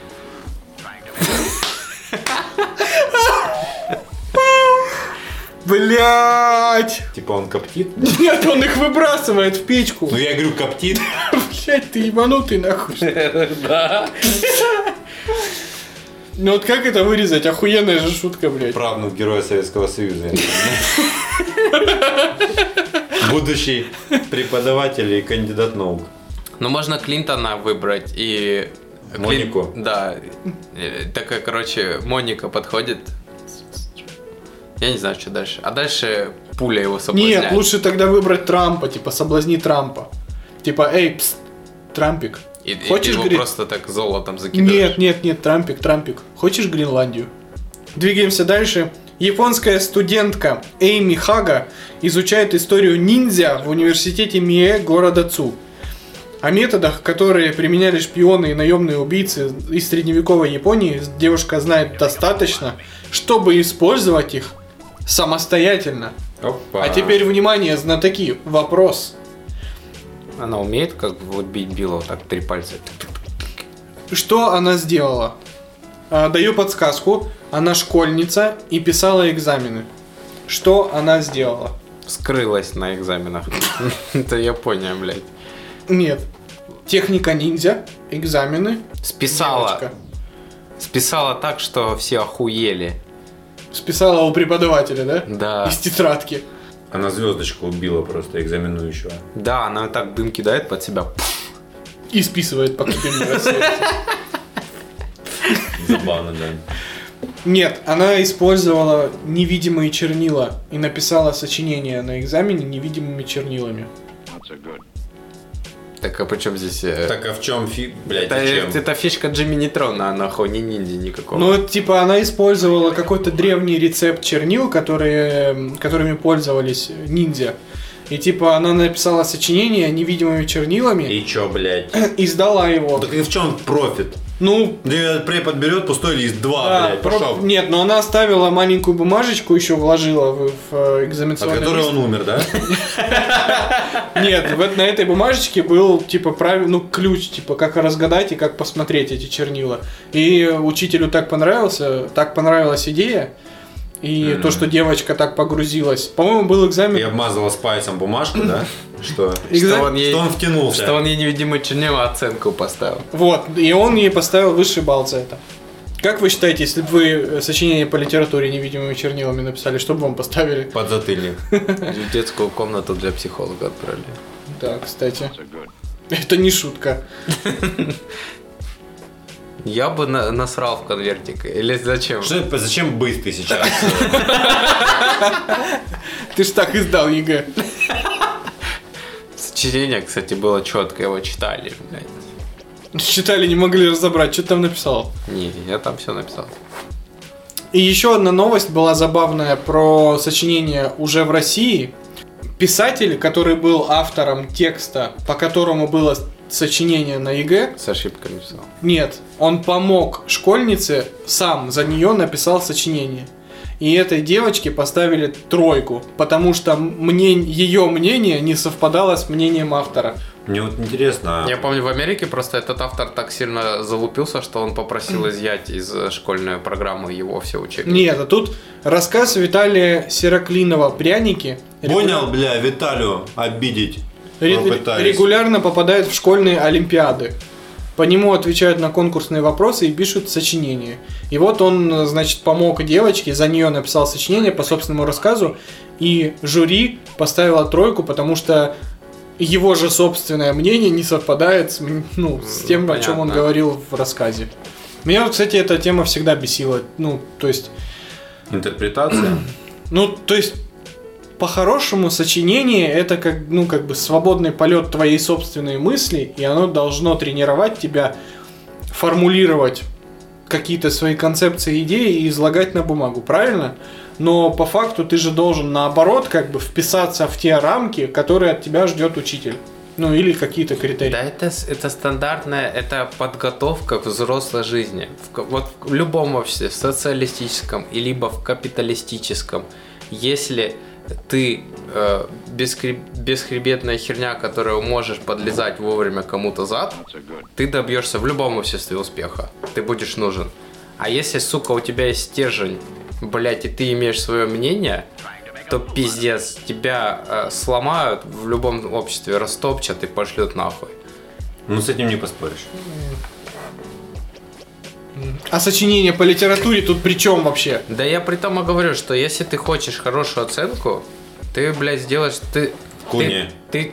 Блять! Типа он коптит? Нет, он их выбрасывает в печку. Ну я говорю, коптит. Блять, ты ебанутый нахуй. Да. Ну вот как это вырезать? Охуенная же шутка, блядь. Правнук героя Советского Союза. Будущий преподаватель и кандидат наук. Ну можно Клинтона выбрать и... Монику? Да. Такая, короче, Моника подходит. Я не знаю, что дальше. А дальше пуля его соблазняет. Нет, лучше тогда выбрать Трампа, типа соблазни Трампа. Типа, эй, пс, Трампик. Хочешь его просто так золотом закидываешь? Нет, Трампик. Хочешь Гренландию? Двигаемся дальше. Японская студентка Эйми Хага изучает историю ниндзя в университете Мие города Цу. О методах, которые применяли шпионы и наемные убийцы из средневековой Японии, девушка знает достаточно, чтобы использовать их самостоятельно. Опа. А теперь, внимание, знатоки, вопрос. Она умеет как вот бить Билла, так 3 пальца. Что она сделала? Даю подсказку. Она школьница и писала экзамены. Что она сделала? Скрылась на экзаменах. Это Япония, блядь. Нет. Техника ниндзя, экзамены. Списала. Девочка. Списала так, что все охуели. Списала у преподавателя, да? Да. Из тетрадки. Она звездочку убила просто экзаменующего. Да, она так дым кидает под себя. И списывает, пока ты не рассеется. Забавно, да. Нет, она использовала невидимые чернила и написала сочинение на экзамене невидимыми чернилами. Так а при чем здесь... Так а в чем блядь, Это фишка Джимми Нейтрона, а нахуй не ниндзя никакого. Ну, типа, она использовала какой-то древний рецепт чернил, которыми пользовались ниндзя. И, типа, она написала сочинение невидимыми чернилами. И чё, блядь? И сдала его. Так и в чем профит? Ну, Препод берет пустой лист, 2, блядь, пошел. Нет, но она оставила маленькую бумажечку, еще вложила в экзаменационный От которой лист. он умер, да? Нет, на этой бумажечке был, типа, ключ, типа, как разгадать и как посмотреть эти чернила. И учителю так понравилась идея, и то, что девочка так погрузилась. По-моему, был экзамен... И обмазала спайсом бумажку, да? Что он втянулся. Что он ей невидимый чернила оценку поставил. Вот, и он ей поставил высший балл за это. Как вы считаете, если бы вы сочинение по литературе невидимыми чернилами написали, что бы вам поставили? Подзатыльник. В детскую комнату для психолога отправили. Да, кстати. Это не шутка. Я бы насрал в конвертик. Или зачем? Зачем быть ты сейчас? Ты ж так и сдал ЕГЭ. Сочинение, кстати, было четко, его читали, блядь. Читали, не могли разобрать, что ты там написал. Не, я там все написал. И еще одна новость была забавная про сочинение уже в России. Писатель, который был автором текста, по которому было сочинение на ЕГЭ... С ошибкой написал. Нет, он помог школьнице, сам за нее написал сочинение. И этой девочке поставили 3, потому что ее мнение не совпадало с мнением автора. Мне вот интересно... Я помню, в Америке просто этот автор так сильно залупился, что он попросил изъять из школьной программы его все учебники. Нет, а тут рассказ Виталия Сероклинова «Пряники». Понял, бля, Виталию обидеть. Регулярно попадает в школьные олимпиады. По нему отвечают на конкурсные вопросы и пишут сочинения. И вот он, значит, помог девочке, за нее написал сочинение по собственному рассказу, и жюри поставило 3, потому что его же собственное мнение не совпадает с тем, понятно. о чем он говорил в рассказе. Меня, вот, кстати, эта тема всегда бесила. То есть... Интерпретация? То есть... По-хорошему, сочинение это как бы свободный полет твоей собственной мысли, и оно должно тренировать тебя формулировать какие-то свои концепции, идеи и излагать на бумагу, правильно? Но по факту ты же должен наоборот как бы вписаться в те рамки, которые от тебя ждет учитель. Или какие-то критерии. Да, это стандартная, это подготовка к взрослой жизни. Вот в любом обществе, в социалистическом, и либо в капиталистическом, если ты бесхребетная херня, которую можешь подлезать вовремя кому-то зад, ты добьешься в любом обществе успеха. Ты будешь нужен. А если, сука, у тебя есть стержень, блять, и ты имеешь свое мнение, то пиздец, тебя сломают в любом обществе, растопчат и пошлют нахуй. С этим не поспоришь. А сочинение по литературе тут при чем вообще? Да я при том и говорю, что если ты хочешь хорошую оценку, ты, блядь, сделаешь... Куни. Вот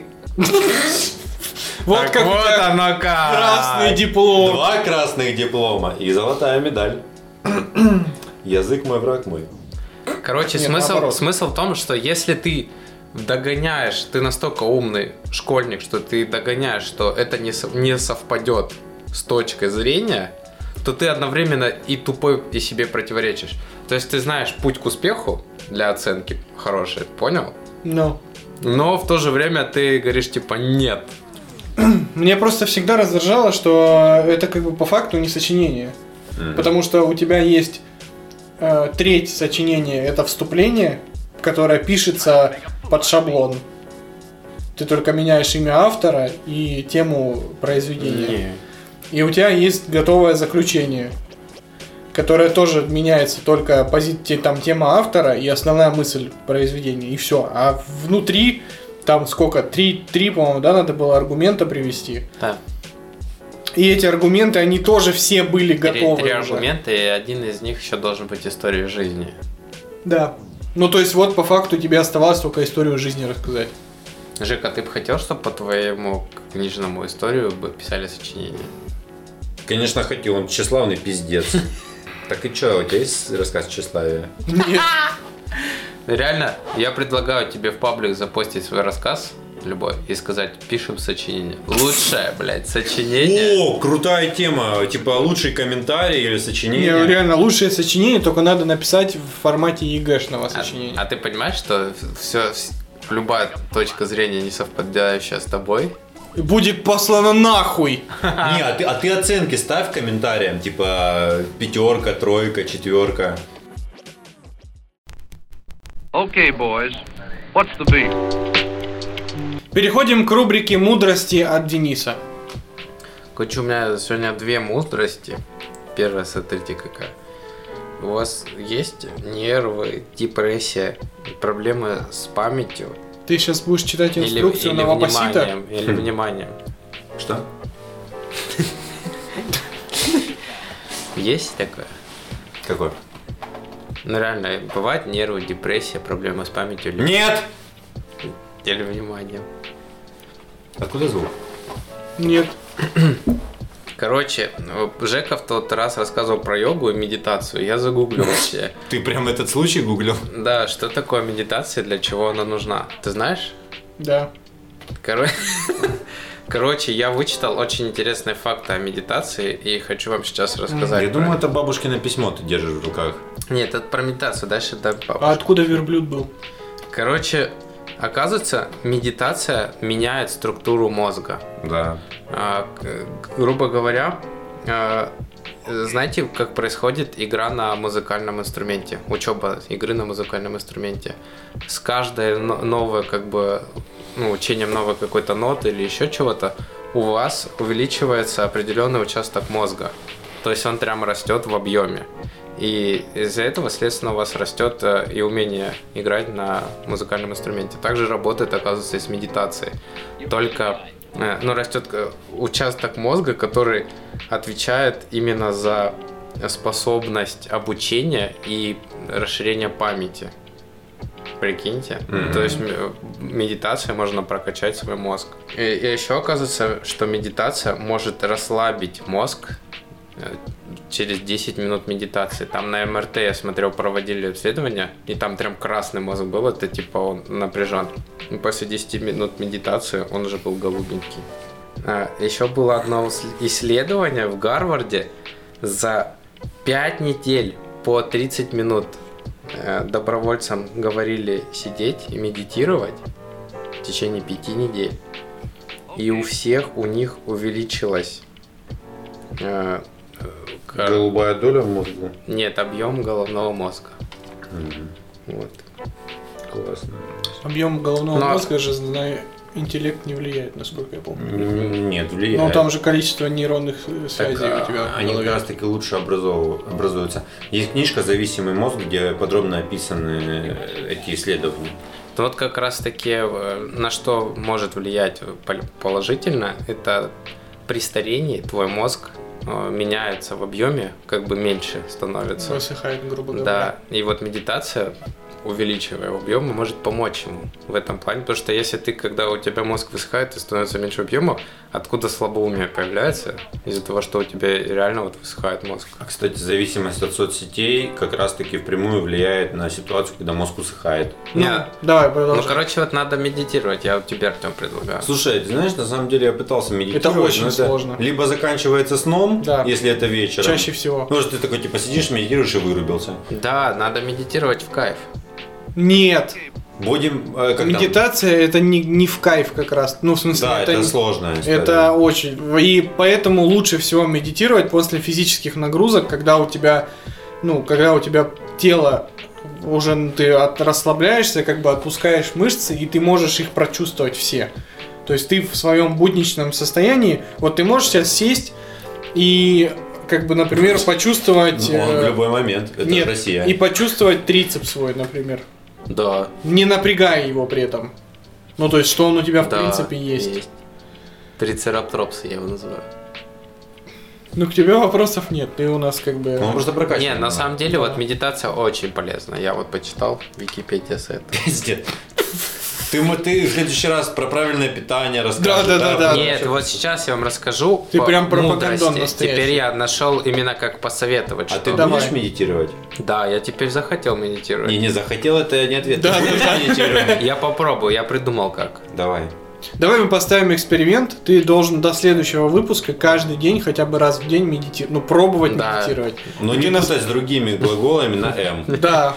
Так как вот оно как! красный диплом. 2 красных диплома и золотая медаль. Язык мой, враг мой. Короче, смысл в том, что если ты догоняешь, ты настолько умный школьник, что ты догоняешь, что это не совпадет с точкой зрения, то ты одновременно и тупой, и себе противоречишь. То есть ты знаешь путь к успеху для оценки хорошей, понял? Но в то же время ты говоришь типа нет. Меня просто всегда раздражало, что это как бы по факту не сочинение. Потому что у тебя есть треть сочинения, это вступление, которое пишется под шаблон. Ты только меняешь имя автора и тему произведения. И у тебя есть готовое заключение, которая тоже меняется только там тема автора и основная мысль произведения, и все. А внутри там сколько? Три, по-моему, да, надо было аргумента привести. Да. И эти аргументы, они тоже все были готовы. Три аргумента, и один из них еще должен быть история жизни. Да. Ну, то есть, вот по факту тебе оставалось только историю жизни рассказать. Жека, ты бы хотел, чтобы по твоему книжному историю бы писали сочинения? Конечно, хотел, он тщеславный пиздец. Так и что, у тебя есть рассказ тщеславия? Нет. Реально, я предлагаю тебе в паблик запостить свой рассказ, любой, и сказать, пишем сочинение. Лучшее, блядь, сочинение. О, крутая тема, типа лучший комментарий или сочинение. Не, реально, лучшее сочинение, только надо написать в формате ЕГЭшного сочинения. А ты понимаешь, что любая точка зрения, не совпадающая с тобой, будет послано нахуй. Не, а ты оценки ставь комментариям, типа 5, 3, 4. Okay, boys, what's the beat? Переходим к рубрике «Мудрости» от Дениса. Короче, у меня сегодня 2 мудрости. Первая, смотрите, какая. У вас есть нервы, депрессия, проблемы с памятью? Ты сейчас будешь читать инструкцию на Лапасита? Или вниманием. Что? Есть такое? Какой? Ну реально, бывает нервы, депрессия, проблемы с памятью Нет! Или вниманием. Откуда звук? Нет. Короче, Жека в тот раз рассказывал про йогу и медитацию. Я загуглил вообще. Ты прям этот случай гуглил? Да, что такое медитация, для чего она нужна? Ты знаешь? Да. Короче, я вычитал очень интересные факты о медитации и хочу вам сейчас рассказать. Я думаю, это бабушкино письмо ты держишь в руках. Нет, это про медитацию, дальше да. А откуда верблюд был? Короче, оказывается, медитация меняет структуру мозга. Да. Грубо говоря, знаете, как происходит игра на музыкальном инструменте, учеба игры на музыкальном инструменте? С каждой новой, учением новой какой-то ноты или еще чего-то, у вас увеличивается определенный участок мозга. То есть он прямо растет в объеме. И из-за этого, следственно, у вас растет и умение играть на музыкальном инструменте. Также работает, оказывается, и с медитацией. Только растет участок мозга, который отвечает именно за способность обучения и расширения памяти. Прикиньте. Mm-hmm. То есть медитация можно прокачать свой мозг. И еще оказывается, что медитация может расслабить мозг через 10 минут медитации. Там на МРТ, я смотрел, проводили исследования, и там прям красный мозг был, это типа он напряжен. И после 10 минут медитации он уже был голубенький. Еще было одно исследование в Гарварде. За 5 недель по 30 минут добровольцам говорили сидеть и медитировать в течение 5 недель. И у них увеличилась голубая доля в мозгу? Нет, объем головного мозга. Вот. Классно. Объем головного мозга же на интеллект не влияет, насколько я помню. Нет, влияет. Но там же количество нейронных связей у тебя. Они как раз таки лучше образуются. Есть книжка «Зависимый мозг», где подробно описаны эти исследования. Вот как раз таки на что может влиять положительно, это при старении твой мозг меняется в объеме, как бы меньше становится. Высыхает, грубо говоря. Да, и вот медитация, увеличивая объем, может помочь ему в этом плане, потому что если когда у тебя мозг высыхает и становится меньше объема, откуда слабоумие появляется? Из-за того, что у тебя реально высыхает мозг. А, кстати, зависимость от соцсетей как раз-таки впрямую влияет на ситуацию, когда мозг усыхает. Давай, продолжай. Надо медитировать, я тебе, Артем, предлагаю. Слушай, ты знаешь, на самом деле я пытался медитировать. Это очень сложно. Либо заканчивается сном, если это вечером. Чаще всего. Потому что ты такой, сидишь, медитируешь и вырубился. Да, надо медитировать в кайф. Нет. Медитация это не в кайф как раз. Ну, в смысле, да, это сложная история. Это очень. И поэтому лучше всего медитировать после физических нагрузок, когда у тебя тело уже ты расслабляешься, отпускаешь мышцы, и ты можешь их прочувствовать все. То есть ты в своем будничном состоянии, ты можешь сейчас сесть и как бы, например, почувствовать... Ну, он в любой момент. Это Нет, Россия. и почувствовать трицепс свой, например. Да. Не напрягая его при этом. Ну, то есть, что он у тебя в Да, принципе есть. Трицераптропс я его называю. Ну, к тебе вопросов нет, ты у нас как бы... Он просто прокачивает. Не, на самом деле, вот медитация очень полезна. Я вот почитал Википедия с этого. Пиздец. Ты в следующий раз про правильное питание расскажешь. Да. Нет, вот сейчас я вам расскажу Ты по прям пропагандон мудрости. настоящий. Теперь я нашел именно как посоветовать. А что- ты Давай. будешь медитировать? Да, я теперь захотел медитировать. Не захотел, это не ответ. Да, Ты будешь да. медитировать? Я попробую, я придумал как. Давай. Давай мы поставим эксперимент. Ты должен до следующего выпуска каждый день, хотя бы раз в день медитировать. Ну, пробовать Да. медитировать. Но И не ты нас- путать с другими глаголами на «м». Да.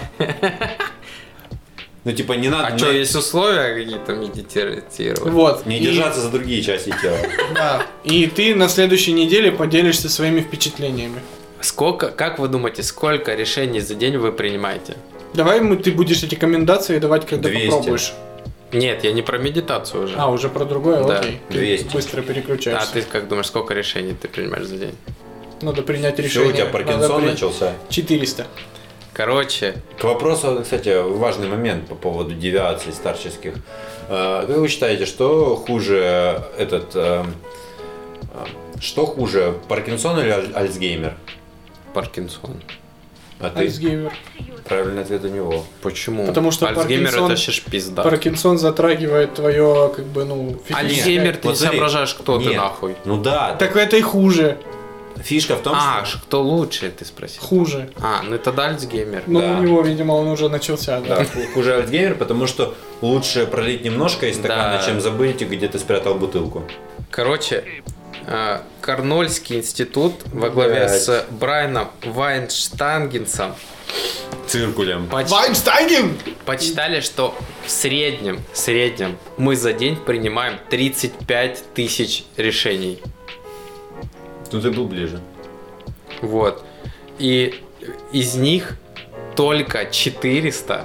Ну, типа, не надо А что, есть условия какие-то медитировать? Вот. не И- держаться за другие части тела. Да. И ты на следующей неделе поделишься своими впечатлениями. Как вы думаете, сколько решений за день вы принимаете? Давай ты будешь эти рекомендации давать, когда 200. попробуешь. Нет, я не про медитацию уже. А, уже про другое? Да, Окей. Ты 200. быстро А переключаешься. ты как думаешь, сколько решений ты принимаешь за день? Надо принять Все, решение. у тебя Надо Паркинсон при- начался. 400. Короче, К вопросу, кстати, важный момент по поводу девиаций старческих. Как вы считаете, что хуже что хуже, Паркинсон или Альцгеймер? Паркинсон. А ты? Альцгеймер. Правильный ответ у него. Почему? Потому что Альцгеймер Паркинсон- это щешь пизда. Паркинсон затрагивает твое, как бы, ну, физическое. Альцгеймер, ты Вот не смотри. соображаешь, кто ты Нет. нахуй. Ну да, Так это и хуже. фишка в том, что... Кто лучше, ты спросил. Хуже. Ну это Альцгеймер. Ну, Да. у него, видимо, он уже начался, да. Да, хуже Альцгеймер, потому что лучше пролить немножко из стакана, Да. чем забыть, где ты спрятал бутылку. Короче, Корнольский институт во главе Блядь. с Брайаном Вайнштангенсом Циркулем. Вайнштайген! почитали, что в среднем мы за день принимаем 35 тысяч решений. Ну ты был ближе. Вот. И из них только 400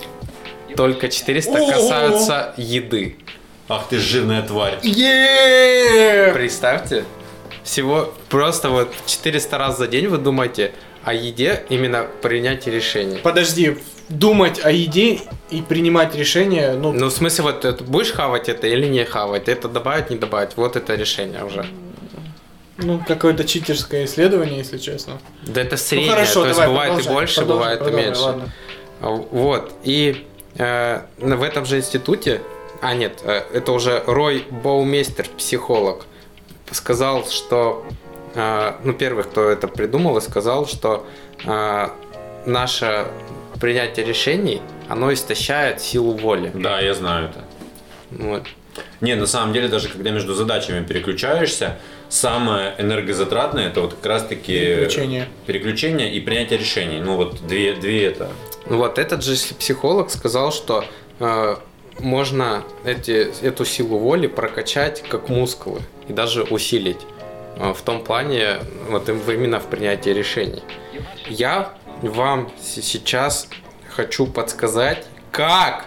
Ого! касаются еды. Ах ты жирная тварь. Еее! Представьте, всего просто вот 400 раз за день вы думаете о еде, именно принятии решений. Подожди, думать о еде и принимать решение, ну, Ну, в смысле, вот это, будешь хавать это или не хавать, это добавить, не добавить, вот это решение уже. ну, какое-то читерское исследование, если честно. Да это Ну, среднее, хорошо, то есть давай, бывает и продолжай, больше, продолжай, бывает и продолжай, меньше. ладно. Вот, и в этом же институте, это уже Рой Баумейстер, психолог, сказал, что, первый, кто это придумал, и сказал, что наше принятие решений, оно истощает силу воли. Да, я знаю это. Вот. Не, на самом деле, даже когда между задачами переключаешься, самое энергозатратное это вот как раз таки переключение и принятие решений. Ну вот две это. Вот этот же психолог сказал, что можно эту силу воли прокачать как мускулы и даже усилить в том плане, вот именно в принятии решений. Я вам сейчас хочу подсказать, как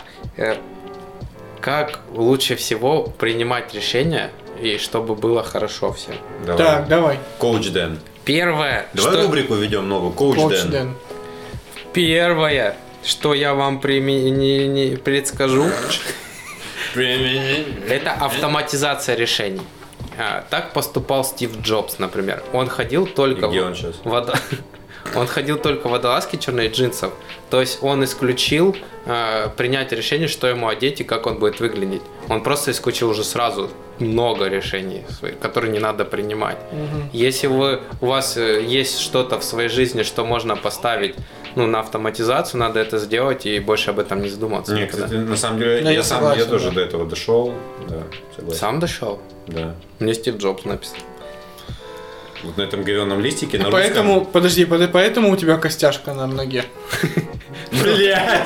лучше всего принимать решения и чтобы было хорошо всем. Давай. Так, давай. Коуч Дэн. Первое, Давай рубрику ведем новую. Коуч Коуч Дэн. Дэн. Первое, что я вам предскажу, это автоматизация решений. Так поступал Стив Джобс, например. Он ходил только Где он сейчас? Он ходил только в водолазке черной и джинсов. То есть он исключил принятие решения, что ему одеть и как он будет выглядеть. Он просто исключил уже сразу много решений, которые не надо принимать. Если у вас есть что-то в своей жизни, что можно поставить на автоматизацию, надо это сделать и больше об этом не задуматься. Нет, никогда. кстати, на самом деле, Ну, я согласен, я тоже да. до этого дошел. Да, согласен. Сам дошел? Да. Мне Стив Джобс написал. Вот на этом говёном листике на Поэтому, русском. подожди, поэтому у тебя костяшка на ноге. Блять!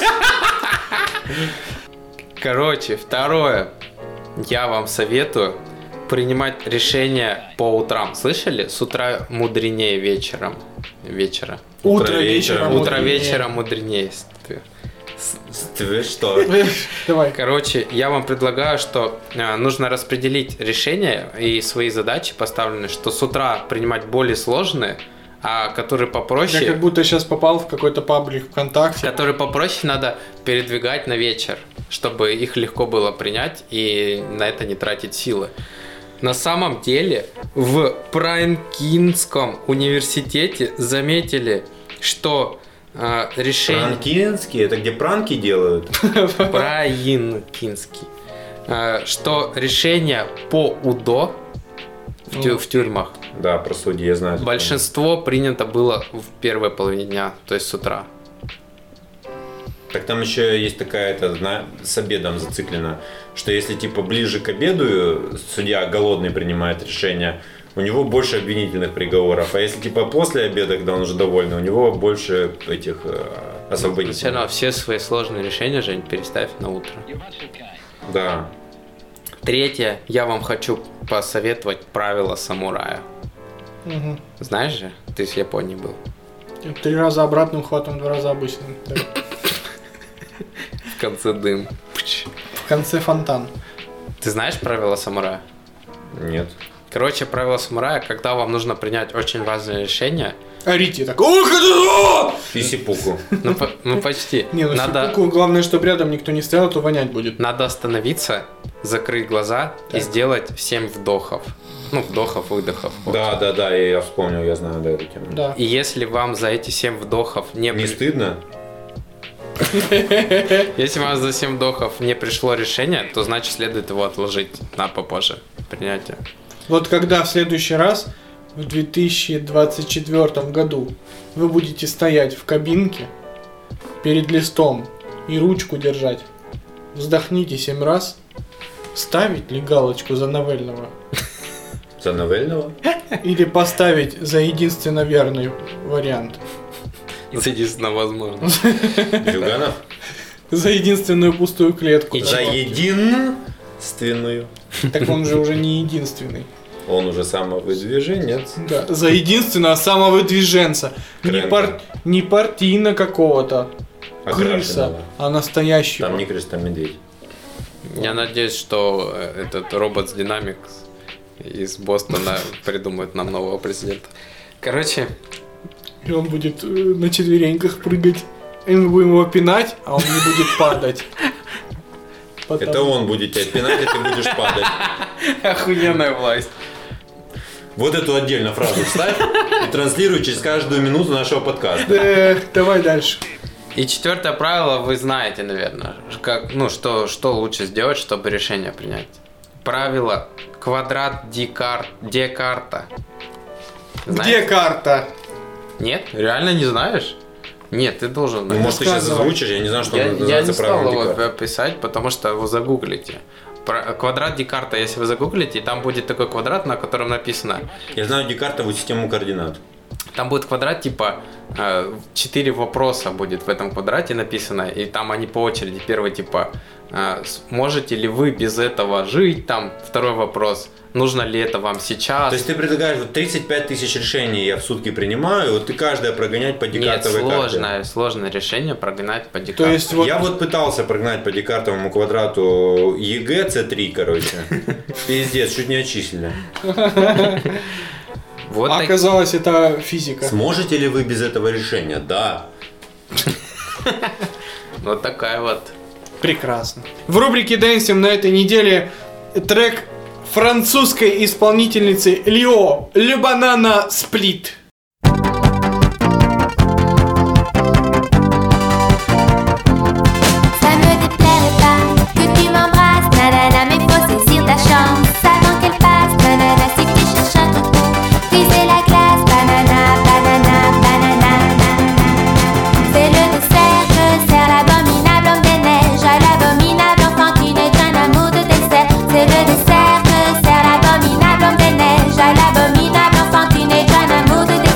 Короче, второе. Я вам советую принимать решения по утрам. Слышали? С утра мудренее вечера. Утро вечером. Утро мудренее. вечера мудренее. Ты что? Давай. Короче, я вам предлагаю, что нужно распределить решения и свои задачи поставленные, что с утра принимать более сложные, А который Я попроще... как будто сейчас попал в какой-то паблик ВКонтакте. Который попроще надо передвигать на вечер, чтобы их легко было принять и на это не тратить силы. На самом деле в Пранкинском университете заметили, что решение... Пранкинский? Это где пранки делают? Пранкинский. Что решение по УДО в тюрьмах Да, про судьи я знаю. большинство принято было в первой половине дня, то есть с утра. Так там еще есть такая, с обедом зациклена, что если типа ближе к обеду судья голодный принимает решение, у него больше обвинительных приговоров, а если типа после обеда, когда он уже довольный, у него больше этих освободительных. Все равно все свои сложные решения, Жень, переставь на утро. Да. Третье, я вам хочу посоветовать правила самурая. Мгм. Знаешь же, ты с Японии был. 3 раза обратным хватом, 2 раза обычным. Да. В конце дым. Пч. В конце фонтан. Ты знаешь правила самурая? Нет. Короче, правила самурая, когда вам нужно принять очень важное решение, Орите так. Ох, это... Фисипуку. ну почти, Не, ну надо, сипуку, главное, чтобы рядом никто не стоял, а то вонять будет. надо остановиться, закрыть глаза и Так. сделать 7 вдохов. Ну, вдохов, выдохов. Вот. Да, я вспомнил, я знаю, да, эту тему. Да. И если вам за эти 7 вдохов Не стыдно? Если вам за 7 вдохов не пришло решение, то значит следует его отложить на попозже принятие. Вот когда в следующий раз, в 2024 году, вы будете стоять в кабинке перед листом и ручку держать, вздохните 7 раз, ставить ли галочку за Новельного За новельного? или поставить за единственно верный вариант, Это единственно возможно. Дюганов? за единственную пустую клетку. И За единственную. Так он же уже не единственный. Он уже самовыдвиженец. Да, за единственного самовыдвиженца. Крэнка. Не партийно какого-то крыса, Окрашенного. а настоящего. Там не крыса, там медведь. Я надеюсь, что этот робот с Dynamics из Бостона придумает нам нового президента. Короче, И он будет на четвереньках прыгать. И мы будем его пинать, а он не будет падать. Потому- Это он будет тебя пинать, и ты будешь падать. охуенная власть. Вот эту отдельно фразу вставь и транслируй через каждую минуту нашего подкаста. Давай дальше. И четвертое правило вы знаете, наверное, как, ну, что лучше сделать, чтобы решение принять. Правило квадрат Декарта. Где карта? Нет? Реально не знаешь? Нет, ты должен Ну, знать. может, ты сейчас Рассказывай. озвучишь, я не знаю, что Я он не называется стал правилом его Декарта. писать, потому что вы загуглите. Квадрат Декарта, если вы загуглите, там будет такой квадрат, на котором написано. Я знаю Декартову систему координат. Там будет квадрат, типа 4 вопроса будет в этом квадрате написано, и там они по очереди. Первый, типа, можете ли вы без этого жить? Там второй вопрос, нужно ли это вам сейчас? То есть ты предлагаешь вот 35 тысяч решений я в сутки принимаю, вот ты каждое прогонять по Нет, Декартовой карте. сложное решение прогнать по Декарту. То есть вот Я вот пытался прогнать по Декартовому квадрату ЕГЭ С3, короче. Пиздец, чуть не отчислили. Вот так- оказалось, это физика. Сможете ли вы без этого решения? Да. вот такая вот. Прекрасно. В рубрике «Дэнсим» на этой неделе трек французской исполнительницы Лио «Le Banana Split». Ça me déplairait pas que tu m'embrasses, nanana, mais faut saisir ta chance avant qu'elle passe, nanana, si tu cherches un truc pour briser la glace, banana, banana, banana, c'est le dessert que sert l'abominable homme des neiges à l'abominable enfant qui n'est qu'un amour de dessert. C'est le dessert que sert l'abominable homme des neiges à l'abominable enfant qui n'est qu'un amour de dessert.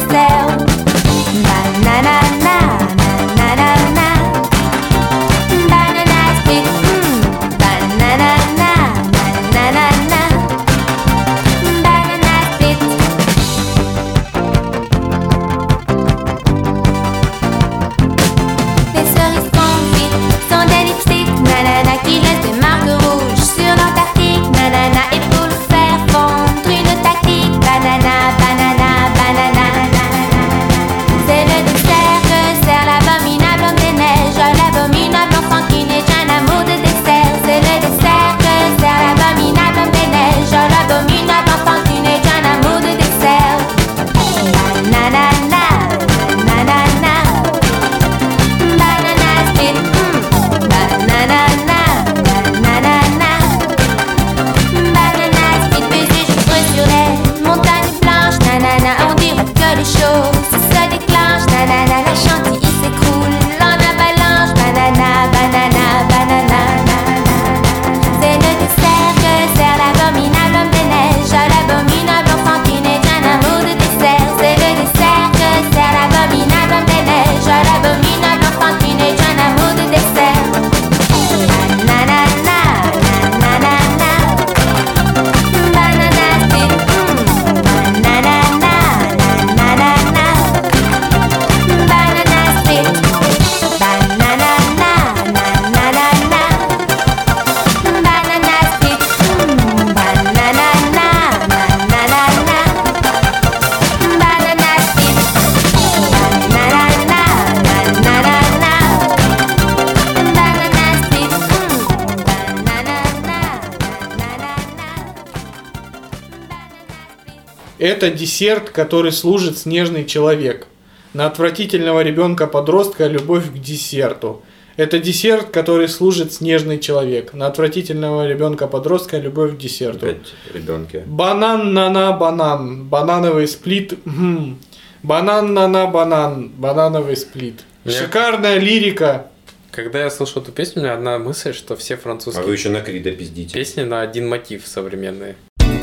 Это десерт, который служит снежный человек. На отвратительного ребенка-подростка любовь к десерту. Это десерт, который служит снежный человек. На отвратительного ребенка-подростка любовь к десерту. Опять ребенки. Банан на банан. Банановый сплит. Банан на банан. Банановый сплит. Шикарная лирика. Когда я слушал эту песню, у меня одна мысль, что все А вы французские еще на Крида пиздите. песни на один мотив современные.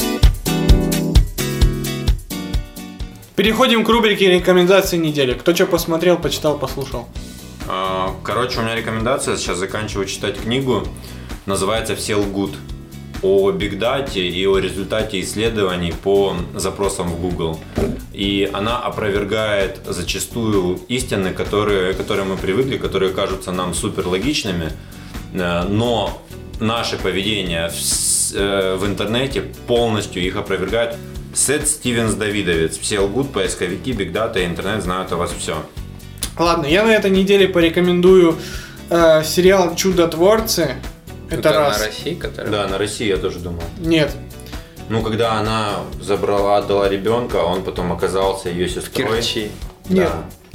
Переходим к рубрике рекомендации недели. Кто что посмотрел, почитал, послушал. Короче, у меня рекомендация. Сейчас заканчиваю читать книгу. Называется «Все лгут». О бигдате и о результате исследований по запросам в Google. И она опровергает зачастую истины, которые мы привыкли, которые кажутся нам супер логичными, но наше поведение в интернете полностью их опровергает. Сет Стивенс-Давидовец. «Все лгут», поисковики, бигдата и интернет знают о вас все. Ладно, я на этой неделе порекомендую сериал «Чудотворцы». Это раз. на России, который... Да, на России я тоже думал. Нет. Ну, когда она отдала ребенка, он потом оказался ее В сестрой. Керчи. Нет.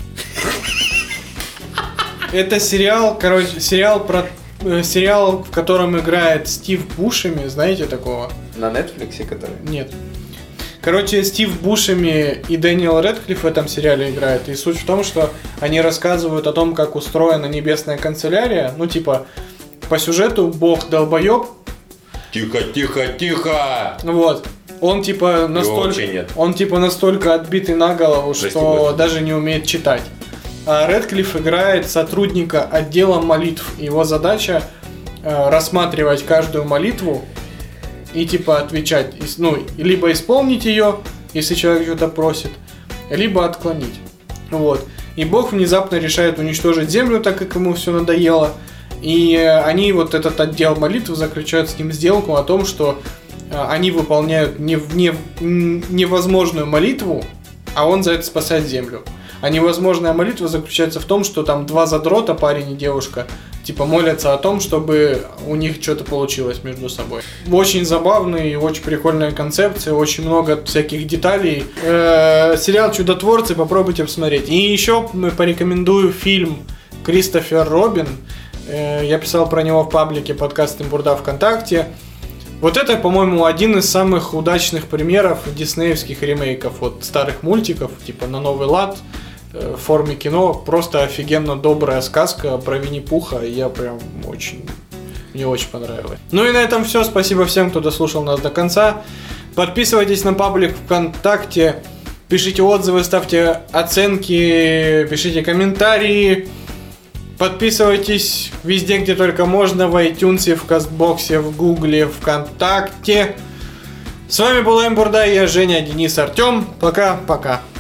Да. Это сериал, сериал, в котором играет Стив Бушеми, знаете такого? На Netflix, который... Нет. Короче, Стив Бушеми и Дэниел Рэдклифф в этом сериале играют. И суть в том, что они рассказывают о том, как устроена небесная канцелярия. Ну, типа, по сюжету бог долбоеб. Тихо, тихо, тихо! Вот. Он типа настолько отбитый на голову, что даже не умеет читать. А Рэдклифф играет сотрудника отдела молитв. Его задача рассматривать каждую молитву и типа отвечать. Ну, либо исполнить ее, если человек что-то просит, либо отклонить. Вот. И Бог внезапно решает уничтожить землю, так как ему все надоело. И они, вот этот отдел молитв, заключают с ним сделку о том, что они выполняют невозможную молитву, а он за это спасает землю. А невозможная молитва заключается в том, что там два задрота, парень и девушка, типа молятся о том, чтобы у них что-то получилось между собой. Очень забавный, очень прикольная концепция, очень много всяких деталей. Сериал «Чудотворцы», попробуйте посмотреть. И еще порекомендую фильм «Кристофер Робин». Я писал про него в паблике подкаст «Имбурда» ВКонтакте. Вот это, по-моему, один из самых удачных примеров диснеевских ремейков от старых мультиков, типа на новый лад, в форме кино. Просто офигенно добрая сказка про Винни-Пуха. Я прям мне очень понравилось. Ну и на этом все. Спасибо всем, кто дослушал нас до конца. Подписывайтесь на паблик ВКонтакте. Пишите отзывы, ставьте оценки, пишите комментарии. Подписывайтесь везде, где только можно, в iTunes, в Кастбоксе, в Гугле, ВКонтакте. С вами была Имбурда, я Женя, Денис, Артем. Пока-пока.